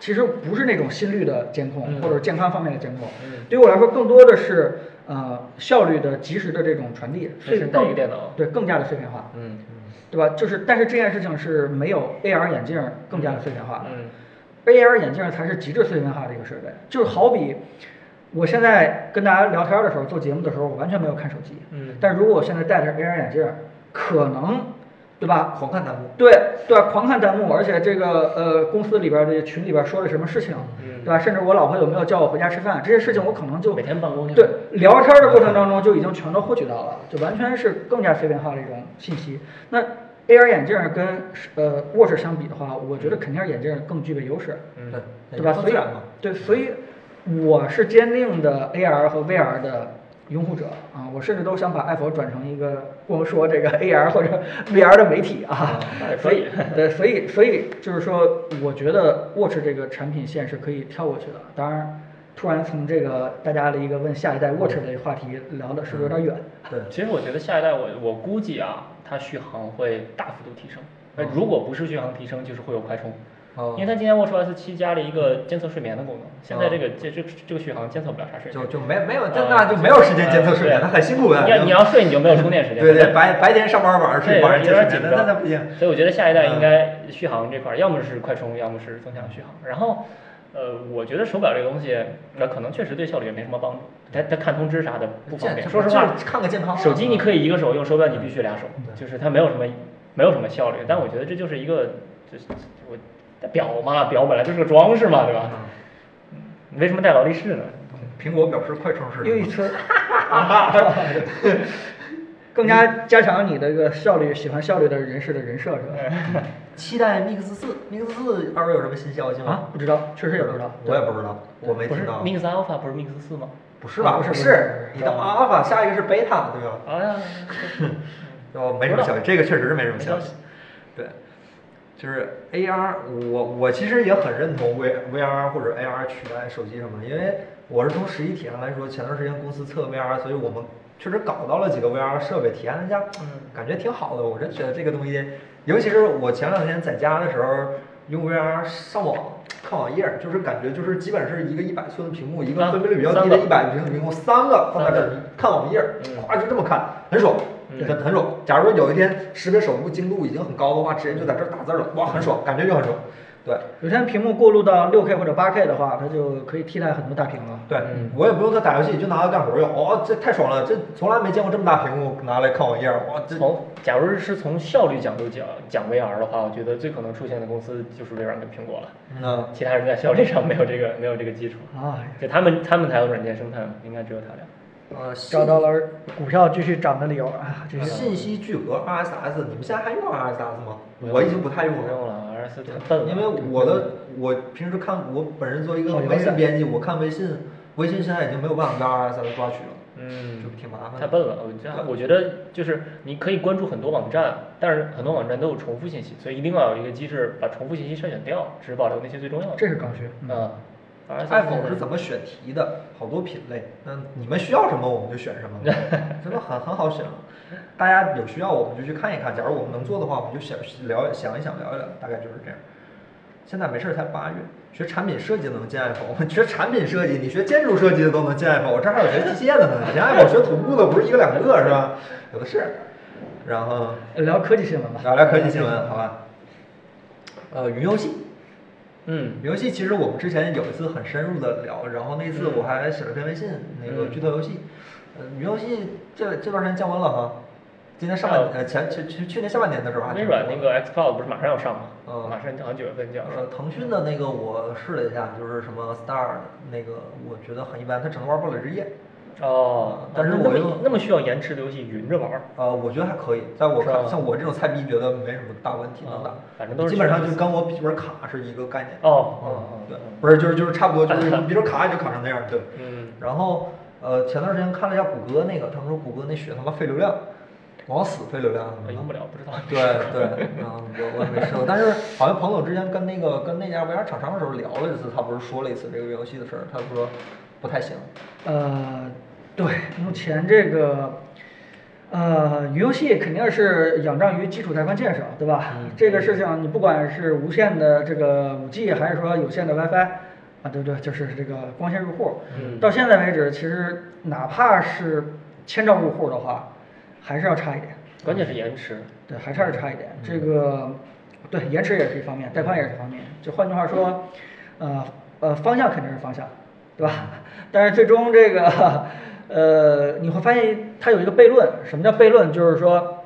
其实不是那种心率的监控或者健康方面的监控， 嗯对于我来说更多的是效率的及时的这种传递，所以带一个电脑， 对更加的碎片化， 嗯， 对吧？但是这件事情是没有 AR 眼镜更加的碎片化的。 嗯 AR 眼镜才是极致碎片化的一个设备，就是好比我现在跟大家聊天的时候，做节目的时候，我完全没有看手机，但如果我现在戴着 AR 眼镜，可能，对吧？ 狂看弹幕， 对，狂看弹幕，而且这个公司里边的群里边说了什么事情，对吧？甚至我老婆有没有叫我回家吃饭，这些事情我可能就每天办公对聊天的过程当中就已经全都获取到了，就完全是更加碎片化的一种信息。那 AR 眼镜跟Watch 相比的话，我觉得肯定是眼镜更具备优势，对吧？所以我是坚定的 AR 和 VR 的拥护者啊，我甚至都想把爱否转成一个光说这个 AR 或者 VR 的媒体啊，所以就是说，我觉得 Watch 这个产品线是可以跳过去的。当然，突然从这个大家的一个问下一代 Watch 的话题聊的是不是有点远？ 对， 其实我觉得下一代我估计啊，它续航会大幅度提升。如果不是续航提升，就是会有快充。因为它今年 WatchOS 7加了一个监测睡眠的功能，现在这个续航监测不了啥睡眠， 就没有，那就没有时间监测睡眠，它很辛苦的。 你要睡你就没有充电时间。 对，白天上班晚上睡，晚上监测睡眠，那不行。 所以我觉得下一代应该续航这块，要么是快充，要么是增强续航。然后，我觉得手表这个东西，可能确实对效率也没什么帮助。它看通知啥的不方便。说实话， 看个健康。 手机你可以一个手用，手表你必须俩手，就是它没有什么效率。但我觉得这就是一个，就是我。表嘛，表本来就是个装饰嘛，对吧？为什么带劳力士呢？ 苹果表示快充是又一次，更加加强你的一个效率，喜欢效率的人士的人设是吧？ 期待 Mix 4二位有什么新消息吗？ 啊，不知道，确实也不知道。 我也不知道，我没听到。 Mix Alpha 不是 Mix 4吗？ 不是吧？不是，你的 Alpha 下一个是 Beta 对吧？ 哎呀， 没什么消息，这个确实是没什么消息。对。就是 AR， 我其实也很认同 VR 或者 AR 取代手机什么的，因为我是从实际体验来说，前段时间公司测 VR， 所以我们确实搞到了几个 VR 设备，体验了一下，感觉挺好的。我真觉得这个东西，尤其是我前2天在家的时候用 VR 上网看网页，就是感觉就是基本是一个100寸的屏幕，一个分辨率比较低的100寸的屏幕，3个放在这儿看网页，咵就这么看，很爽。很爽。假如说有一天识别手部精度已经很高的话，直接就在这儿打字了，哇，很爽，感觉就很爽。对， 有些屏幕过录到6K 或者8K 的话，它就可以替代很多大屏了。 对，我也不用它打游戏，就拿它干活用。哦，这太爽了，这从来没见过这么大屏幕拿来看网页。哇， 假如是从效率角度讲 VR 的话，我觉得最可能出现的公司就是微软跟苹果了。其他人在效率上没有这个基础啊，就他们才有软件生态嘛，应该只有他俩。 找到了股票继续涨的理由啊！ 信息聚合 RSS， 你们现在还用 RSS 吗？我已经不太用了，RSS 太笨了。 因为我平时看，我本人作为一个微信编辑，我看微信现在已经没有办法跟 RSS 抓取了，就挺麻烦。 太笨了，我觉得就是你可以关注很多网站，但是很多网站都有重复信息，所以一定要有一个机制把重复信息筛选掉，只保留那些最重要的。 这是刚需。 iPhone 是怎么选题的？好多品类，那你们需要什么我们就选什么，真的很好选。大家有需要我们就去看一看，假如我们能做的话，我们就想一聊，大概就是这样。现在没事才8月，学产品设计的能进 iPhone， 学产品设计，你学建筑设计的都能进 iPhone， 我这还有学机械的呢，你 iPhone 学土木的不是1个2个是吧？有的是。然后聊科技新闻吧。 聊科技新闻，好吧。云游戏。云游戏其实我们之前有一次很深入的聊，然后那次我还写了篇微信，那个剧透游戏，云游戏这段时间降温了哈，今年上半去年下半年的时候还。 微软那个 xCloud 不是马上要上吗？马上好像9月份就要上。 腾讯的那个我试了一下，就是什么 Star 那个，我觉得很一般，它只能玩堡垒之夜。但是我又那么需要延迟的游戏云着玩我觉得还可以，在我看，像我这种菜逼觉得没什么大问题能打， 反正都是基本上就跟我笔记本卡是一个概念。 对， 不是就是差不多，就是笔记本卡也就卡成那样，对。然后前段时间看了一下谷歌那个，他们说谷歌那血他妈费流量，往死费流量。 用不了，不知道。 对，我也没试过，但是好像彭总之前跟那家 VR 厂商的时候聊了一次，他不是说了一次这个游戏的事儿，他说不太行。 对，目前这个云游戏肯定是仰仗于基础带宽建设，对吧？这个事情你不管是无线的这个5G，还是说有线的 WiFi，啊，对，就是这个光纤入户，到现在为止，其实哪怕是千兆入户的话，还是要差一点。 关键是延迟， 对，还差一点。这个，对，延迟也是一方面，带宽也是一方面。就换句话说，方向肯定是方向，对吧？但是最终这个。你会发现它有一个悖论。什么叫悖论？就是说，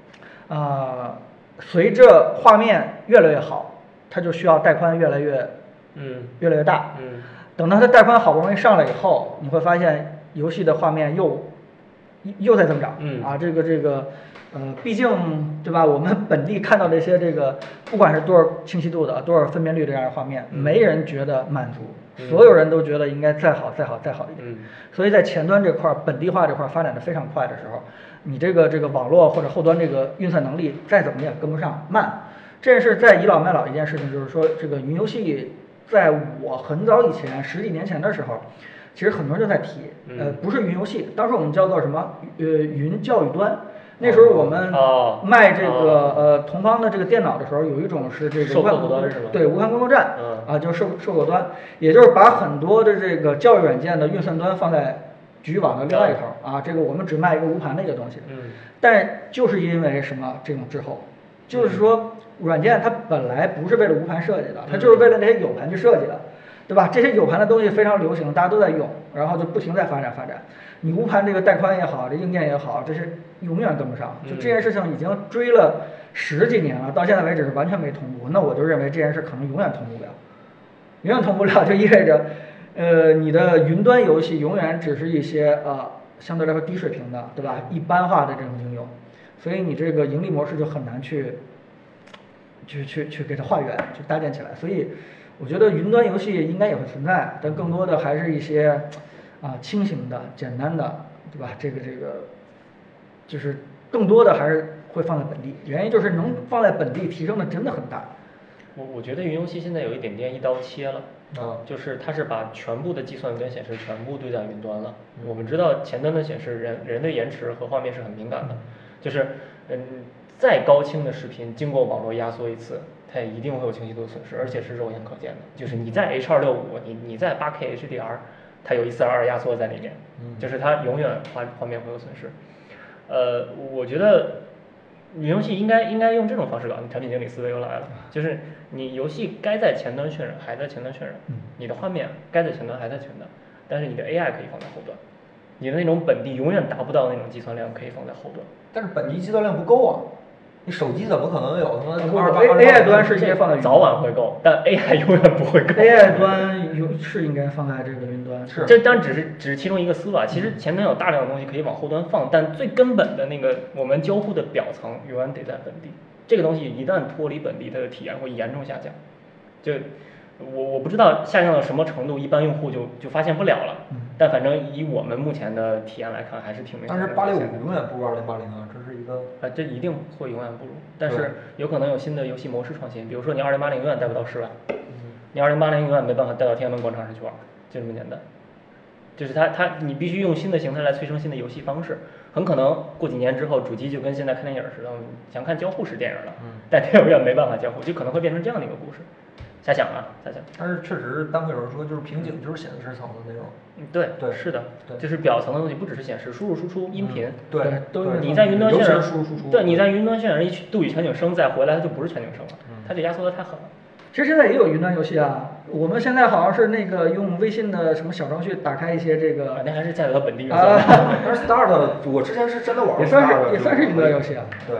随着画面越来越好，它就需要带宽越来越大。等到它带宽好不容易上来以后，你会发现游戏的画面又在增长。这个，毕竟对吧？我们本地看到这些这个，不管是多少清晰度的、多少分辨率这样的画面，没人觉得满足。所有人都觉得应该再好一点，所以在前端这块本地化这块发展的非常快的时候，你这个网络或者后端这个运算能力再怎么也跟不上，慢。这是在倚老卖老一件事情，就是说这个云游戏，在我很早以前10几年前的时候，其实很多人就在提，不是云游戏，当时我们叫做什么云教育端。那时候我们卖这个同方的这个电脑的时候，有一种是这个授课端是吧？ 对，无函工作站，就是授课端，也就是把很多的这个教育软件的运算端放在局域网的另外一头这个我们只卖一个无盘的一个东西。但就是因为什么这种滞后，就是说软件它本来不是为了无盘设计的，它就是为了那些有盘去设计的，对吧？这些有盘的东西非常流行，大家都在用，然后就不停在发展。你无盘这个带宽也好，这硬件也好，这是永远跟不上。就这件事情已经追了10几年了，到现在为止是完全没同步。那我就认为这件事可能永远同步不了，永远同步不了，就意味着，你的云端游戏永远只是一些相对来说低水平的，对吧？一般化的这种应用，所以你这个盈利模式就很难去给它还原，去搭建起来。所以我觉得云端游戏应该也会存在，但更多的还是一些轻型的、简单的，对吧？这个就是更多的还是会放在本地，原因就是能放在本地提升的真的很大。 我觉得云游戏现在有一点点一刀切了，就是它是把全部的计算跟显示全部堆在云端了。我们知道前端的显示人对延迟和画面是很敏感的，就是再高清的视频经过网络压缩一次，它也一定会有清晰度损失，而且是肉眼可见的。就是你在 H.265，你在8K HDR， 它有142压缩在里面，就是它永远画面会有损失。我觉得云游戏应该用这种方式搞，你产品经理思维又来了，就是你游戏该在前端渲染还在前端渲染，你的画面该在前端还在前端，但是你的 AI 可以放在后端，你的那种本地永远达不到那种计算量可以放在后端。 但是本地计算量不够啊，你手机怎么可能有他妈 ？AI 端是应该放在云端， 早晚会够，但 AI 永远不会够。 AI 端是应该放在这个云端， 这当然只是其中一个思路啊。其实前端有大量的东西可以往后端放，但最根本的那个我们交互的表层永远得在本地。这个东西一旦脱离本地，它的体验会严重下降。就我不知道下降到什么程度，一般用户就发现不了了。但反正以我们目前的体验来看，还是挺明显的。 但是865永远不如2080啊，这是一个这一定会永远不如。但是有可能有新的游戏模式创新，比如说你2080永远带不到室外，你2080永远没办法带到天安门广场上去玩，就这么简单。就是你必须用新的形态来催生新的游戏方式。很可能过几年之后，主机就跟现在看电影似的，想看交互式电影了，但电影院没办法交互，就可能会变成这样的一个故事。瞎想。 但是确实，当有人说就是瓶颈就是显示层的那种。 对，是的，就是表层的东西不只是显示，输入输出音频， 对， 都是你在云端渲染输入输出， 对，你在云端渲染一杜比全景声再回来，它就不是全景声了，它就压缩的太狠了。 其实现在也有云端游戏啊，我们现在好像是那个用微信的什么小程序打开一些这个， 那还是下载到本地运算。 但是 Start 我之前是真的玩过， 也算是云端游戏啊。 对。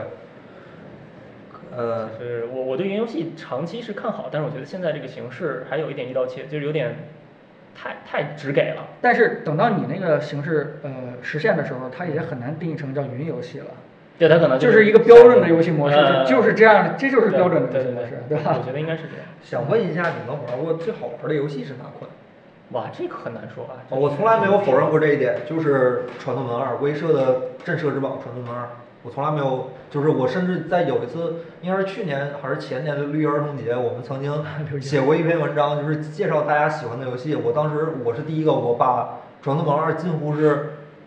是我对云游戏长期是看好，但是我觉得现在这个形式还有一点一刀切，就是有点太只给了。 但是等到你那个形式实现的时候，它也很难定义成叫云游戏了。 对，它可能就是一个标准的游戏模式，就是这样的，这就是标准的游戏模式，对吧？ 我觉得应该是这样。 想问一下，你们玩过最好玩的游戏是哪款？ 哇，这个很难说啊。 我从来没有否认过这一点，就是《传送门2》，威社的震慑之宝《传送门2》。我从来没有，就是我甚至在有一次，应该是去年还是前年的绿儿童节，我们曾经写过一篇文章，就是介绍大家喜欢的游戏。我当时我是第一个，我把《传送门2》近乎是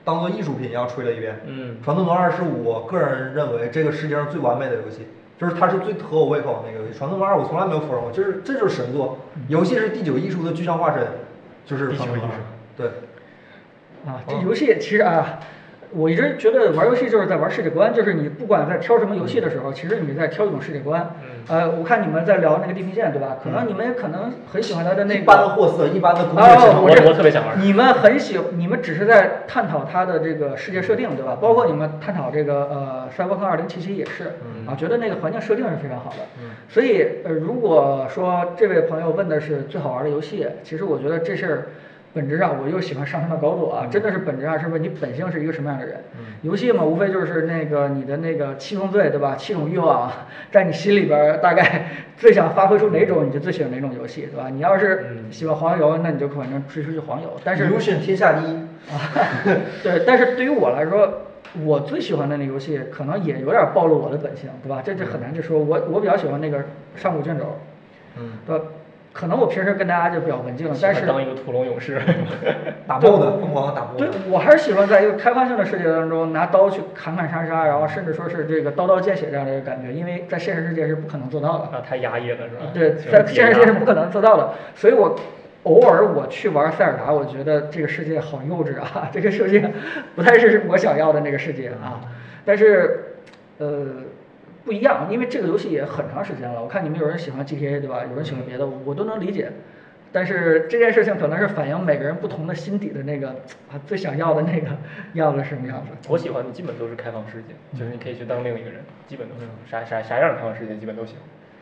当做艺术品一样吹了一遍。传送门2是我个人认为这个世界上最完美的游戏，就是它是最合我胃口的那个游戏。传送门2我从来没有否认过，这就是神作，游戏是第9艺术的具象化身，就是传送门2。对。 啊，这游戏其实啊。我一直觉得玩游戏就是在玩世界观，就是你不管在挑什么游戏的时候，其实你在挑一种世界观。我看你们在聊那个地平线，对吧？可能你们也可能很喜欢它的那个一般的货色，一般的攻略系统。 我特别想玩。 你们只是在探讨它的这个世界设定，对吧？包括你们探讨这个赛博朋克2077也是觉得那个环境设定是非常好的。所以如果说这位朋友问的是最好玩的游戏，其实我觉得这事儿。本质上，我又喜欢上升到高度啊！真的是本质上是问你本性是一个什么样的人。游戏嘛，无非就是那个你的那个7宗罪，对吧？7种欲望，在你心里边大概最想发挥出哪种，你就最喜欢哪种游戏，对吧？你要是喜欢黄油，那你就可能追求黄油。但是游戏天下第一对，但是对于我来说，我最喜欢的那个游戏可能也有点暴露我的本性，对吧？这很难去说。我比较喜欢那个上古卷轴，对吧？可能我平时跟大家就比较文静了，但是当一个屠龙勇士， 打 BOSS 疯狂的打 BOSS。 对，我还是喜欢在一个开放性的世界当中拿刀去砍砍杀杀，然后甚至说是这个刀刀见血这样的一个感觉，因为在现实世界是不可能做到的。 太压抑了是吧？ 对，在现实世界是不可能做到的，所以我偶尔我去玩塞尔达，我觉得这个世界好幼稚啊，这个世界不太是我想要的那个世界啊。但是，不一样，因为这个游戏也很长时间了。我看你们有人喜欢 GTA 对吧？有人喜欢别的，我都能理解。但是这件事情可能是反映每个人不同的心底的那个最想要的那个样子是什么样子。 我喜欢的基本都是开放世界，就是你可以去当另一个人，基本都是啥样的开放世界基本都行。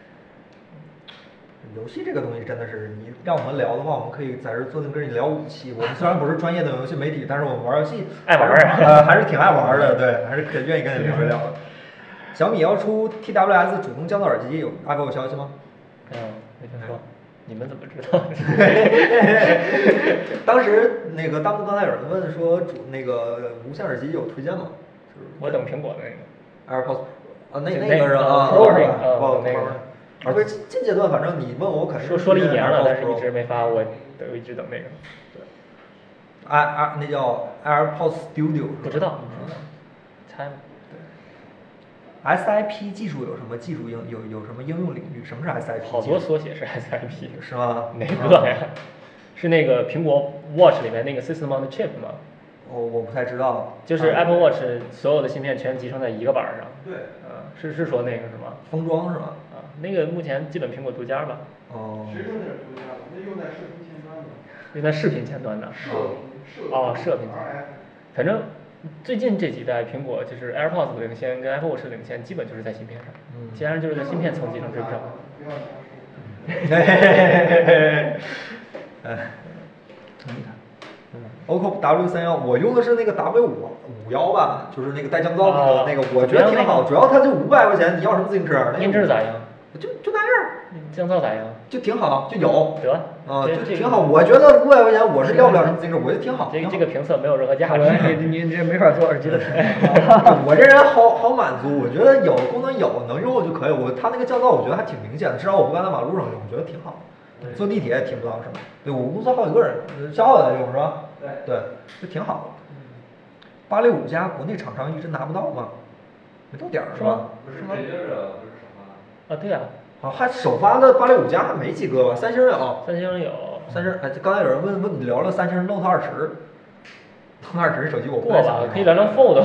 游戏这个东西真的是，你让我们聊的话，我们可以在这坐定跟你聊5期。我们虽然不是专业的游戏媒体，但是我们玩游戏爱玩还是挺爱玩的，对，还是可愿意跟你聊一聊的。小米要出 TWS 主动降噪耳机，有Apple 有消息吗？ 没听说。你们怎么知道？ 当时那个弹幕刚才有人问说，那个无线耳机有推荐吗？ 我等苹果的那个 AirPods 那个是啊， 那个。 不是现阶段，反正你问我肯定说了1年了，但是一直没发，我一直等那个。 对，那叫 AirPods Studio， 不知道，猜吗？ SIP 技术有什么技术有什么应用领域？什么是 SIP？ 好多缩写是 SIP， 是吗？ 哪个呀？是那个苹果 Watch 里面那个 System on Chip 吗？ 我不太知道。 就是 Apple Watch 所有的芯片全集成在一个板上。 对。 是说那个是吗？ 封装是吗？ 那个目前基本苹果独家吧。 谁说那是独家的？那用在视频前端的。 用在视频前端的。射频。反正。最近这几代苹果就是 AirPods 的领先跟 Apple Watch 的领先，基本就是在芯片上，其他人就是在芯片层级上追不上。 OCO W31，我用的是那个 W51吧，就是那个带降噪的那个，我觉得挺好，主要它就500块钱，你要什么自行车？ 音质咋样？ 就那样。 降噪咋样？ 就挺好，就有。 得。 就挺好。我觉得500块钱我是要不了什么自行车，我觉得挺好。 这个评测没有任何价值。 你这没法做耳机的。 我这人好满足，我觉得有功能能用就可以。他那个降噪我觉得还挺明显的，至少我不敢在马路上用，我觉得挺好。坐地铁也听不到什么。对，我们公司好几个人，小伙在用是吧？对，就挺好的。865家国内厂商一直拿不到吗？没到点儿是吧？ 不是北京人，不是首发。 对呀。 还首发的865加还没几个吧？三星有。三星刚才有人问你聊了三星 Note 20，Note 20手机我过吧，可以聊聊 Fold。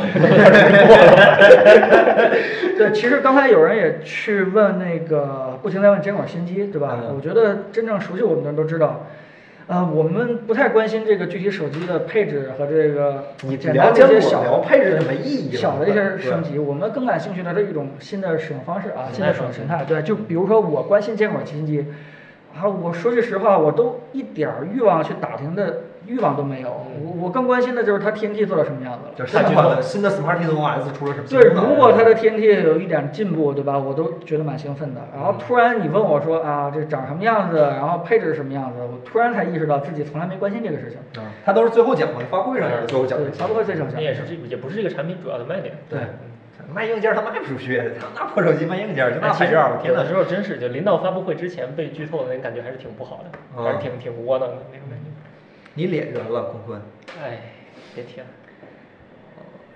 对，其实刚才有人也去问那个，不停在问监管新机，对吧？我觉得真正熟悉我们的人都知道。我们不太关心这个具体手机的配置和这个简单的一些小配置没意义， 小的一些升级。我们更感兴趣的是一种新的使用方式新的使用形态。对，就比如说我关心监管新机，我说句实话，我都一点欲望去打听的欲望都没有。我更关心的就是它 TNT 做到什么样子了。 就是新的 Smart OS 出了什么？ 对，如果它的 TNT 有一点进步，对吧？我都觉得蛮兴奋的。然后突然你问我说这长什么样子，然后配置是什么样子，我突然才意识到自己从来没关心这个事情。 它都是最后讲的，发布会上也是最后讲的。 发布会最后讲。 也不是这个产品主要的卖点。 对。卖硬件它卖不出去，那破手机卖硬件就那牌照，我天哪！ 有的时候真是就临到发布会之前被剧透的那感觉还是挺不好的，还是挺窝囊的那种感觉。 你脸圆了，坤坤。 别提了。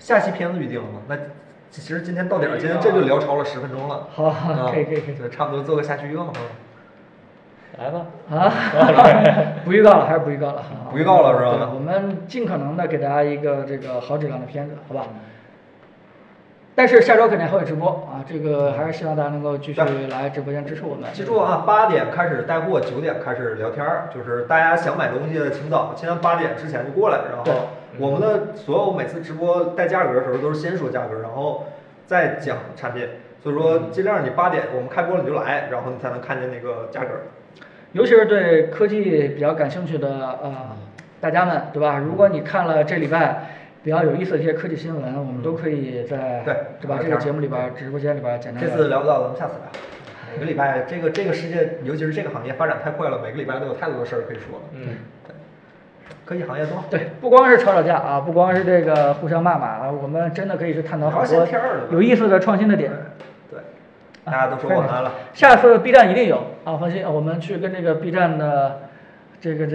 下期片子预定了吗？那其实今天到点儿，今天这就聊超了10分钟了。 好，可以， 就差不多做个下期预告吧。 来吧。 啊，不预告了，还是不预告了？ 不预告了是吧？ 对，我们尽可能的给大家一个这个好质量的片子，好吧？但是下周肯定还会直播啊，这个还是希望大家能够继续来直播间支持我们。 记住啊，8点开始带货，9点开始聊天儿，就是大家想买东西请早，千万8点之前就过来。然后我们的所有每次直播带价格的时候都是先说价格，然后再讲产品，所以说尽量你8点我们开播了你就来，然后你才能看见那个价格。 尤其是对科技比较感兴趣的大家们，对吧？如果你看了这礼拜比较有意思的一些科技新闻，我们都可以在对吧这个节目里边、直播间里边简单。 这次聊不到，咱们下次聊。每个礼拜，这个世界，尤其是这个行业发展太快了，每个礼拜都有太多的事儿可以说了。对，科技行业多。 对，不光是吵架啊，不光是这个互相骂啊，我们真的可以去探讨好多有意思的创新的点。 对，大家都说晚安了。 下次 B 站一定有啊，放心，我们去跟这个 B 站的这个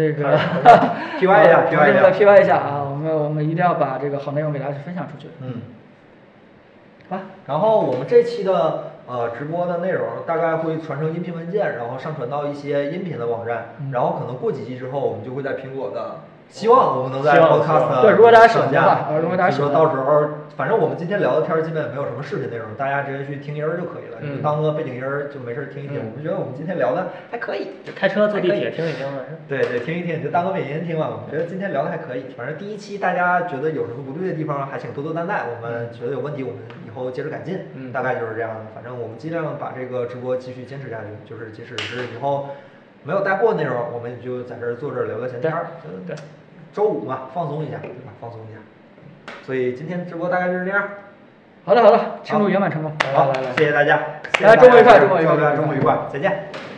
PY 一下 ，PY 一下啊，我们一定要把这个好内容给大家去分享出去。好， 然后我们这期的直播的内容大概会传成音频文件，然后上传到一些音频的网站，然后可能过几期之后，我们就会在苹果的，希望我们能在 Podcast 对，如果大家喜欢的话， 如果大家喜欢， 到时候反正我们今天聊的天儿基本没有什么视频内容，大家直接去听音儿就可以了，你就当个背景音儿就没事听一听。我们觉得我们今天聊的还可以， 就开车坐地铁听一听嘛。 对，听一听，你就当个背景音听吧。我们觉得今天聊的还可以，反正第一期大家觉得有什么不对的地方，还请多多担待。我们觉得有问题，我们以后接着改进。大概就是这样的。反正我们尽量把这个直播继续坚持下去，就是即使是以后没有带货内容，我们就在这儿坐这儿聊聊闲天儿。对，周五嘛，放松一下，对吧？放松一下。所以今天直播大概就是这样。 好的，庆祝圆满成功。 好， 来， 谢谢大家， 大家周末愉快， 周末愉快，再见。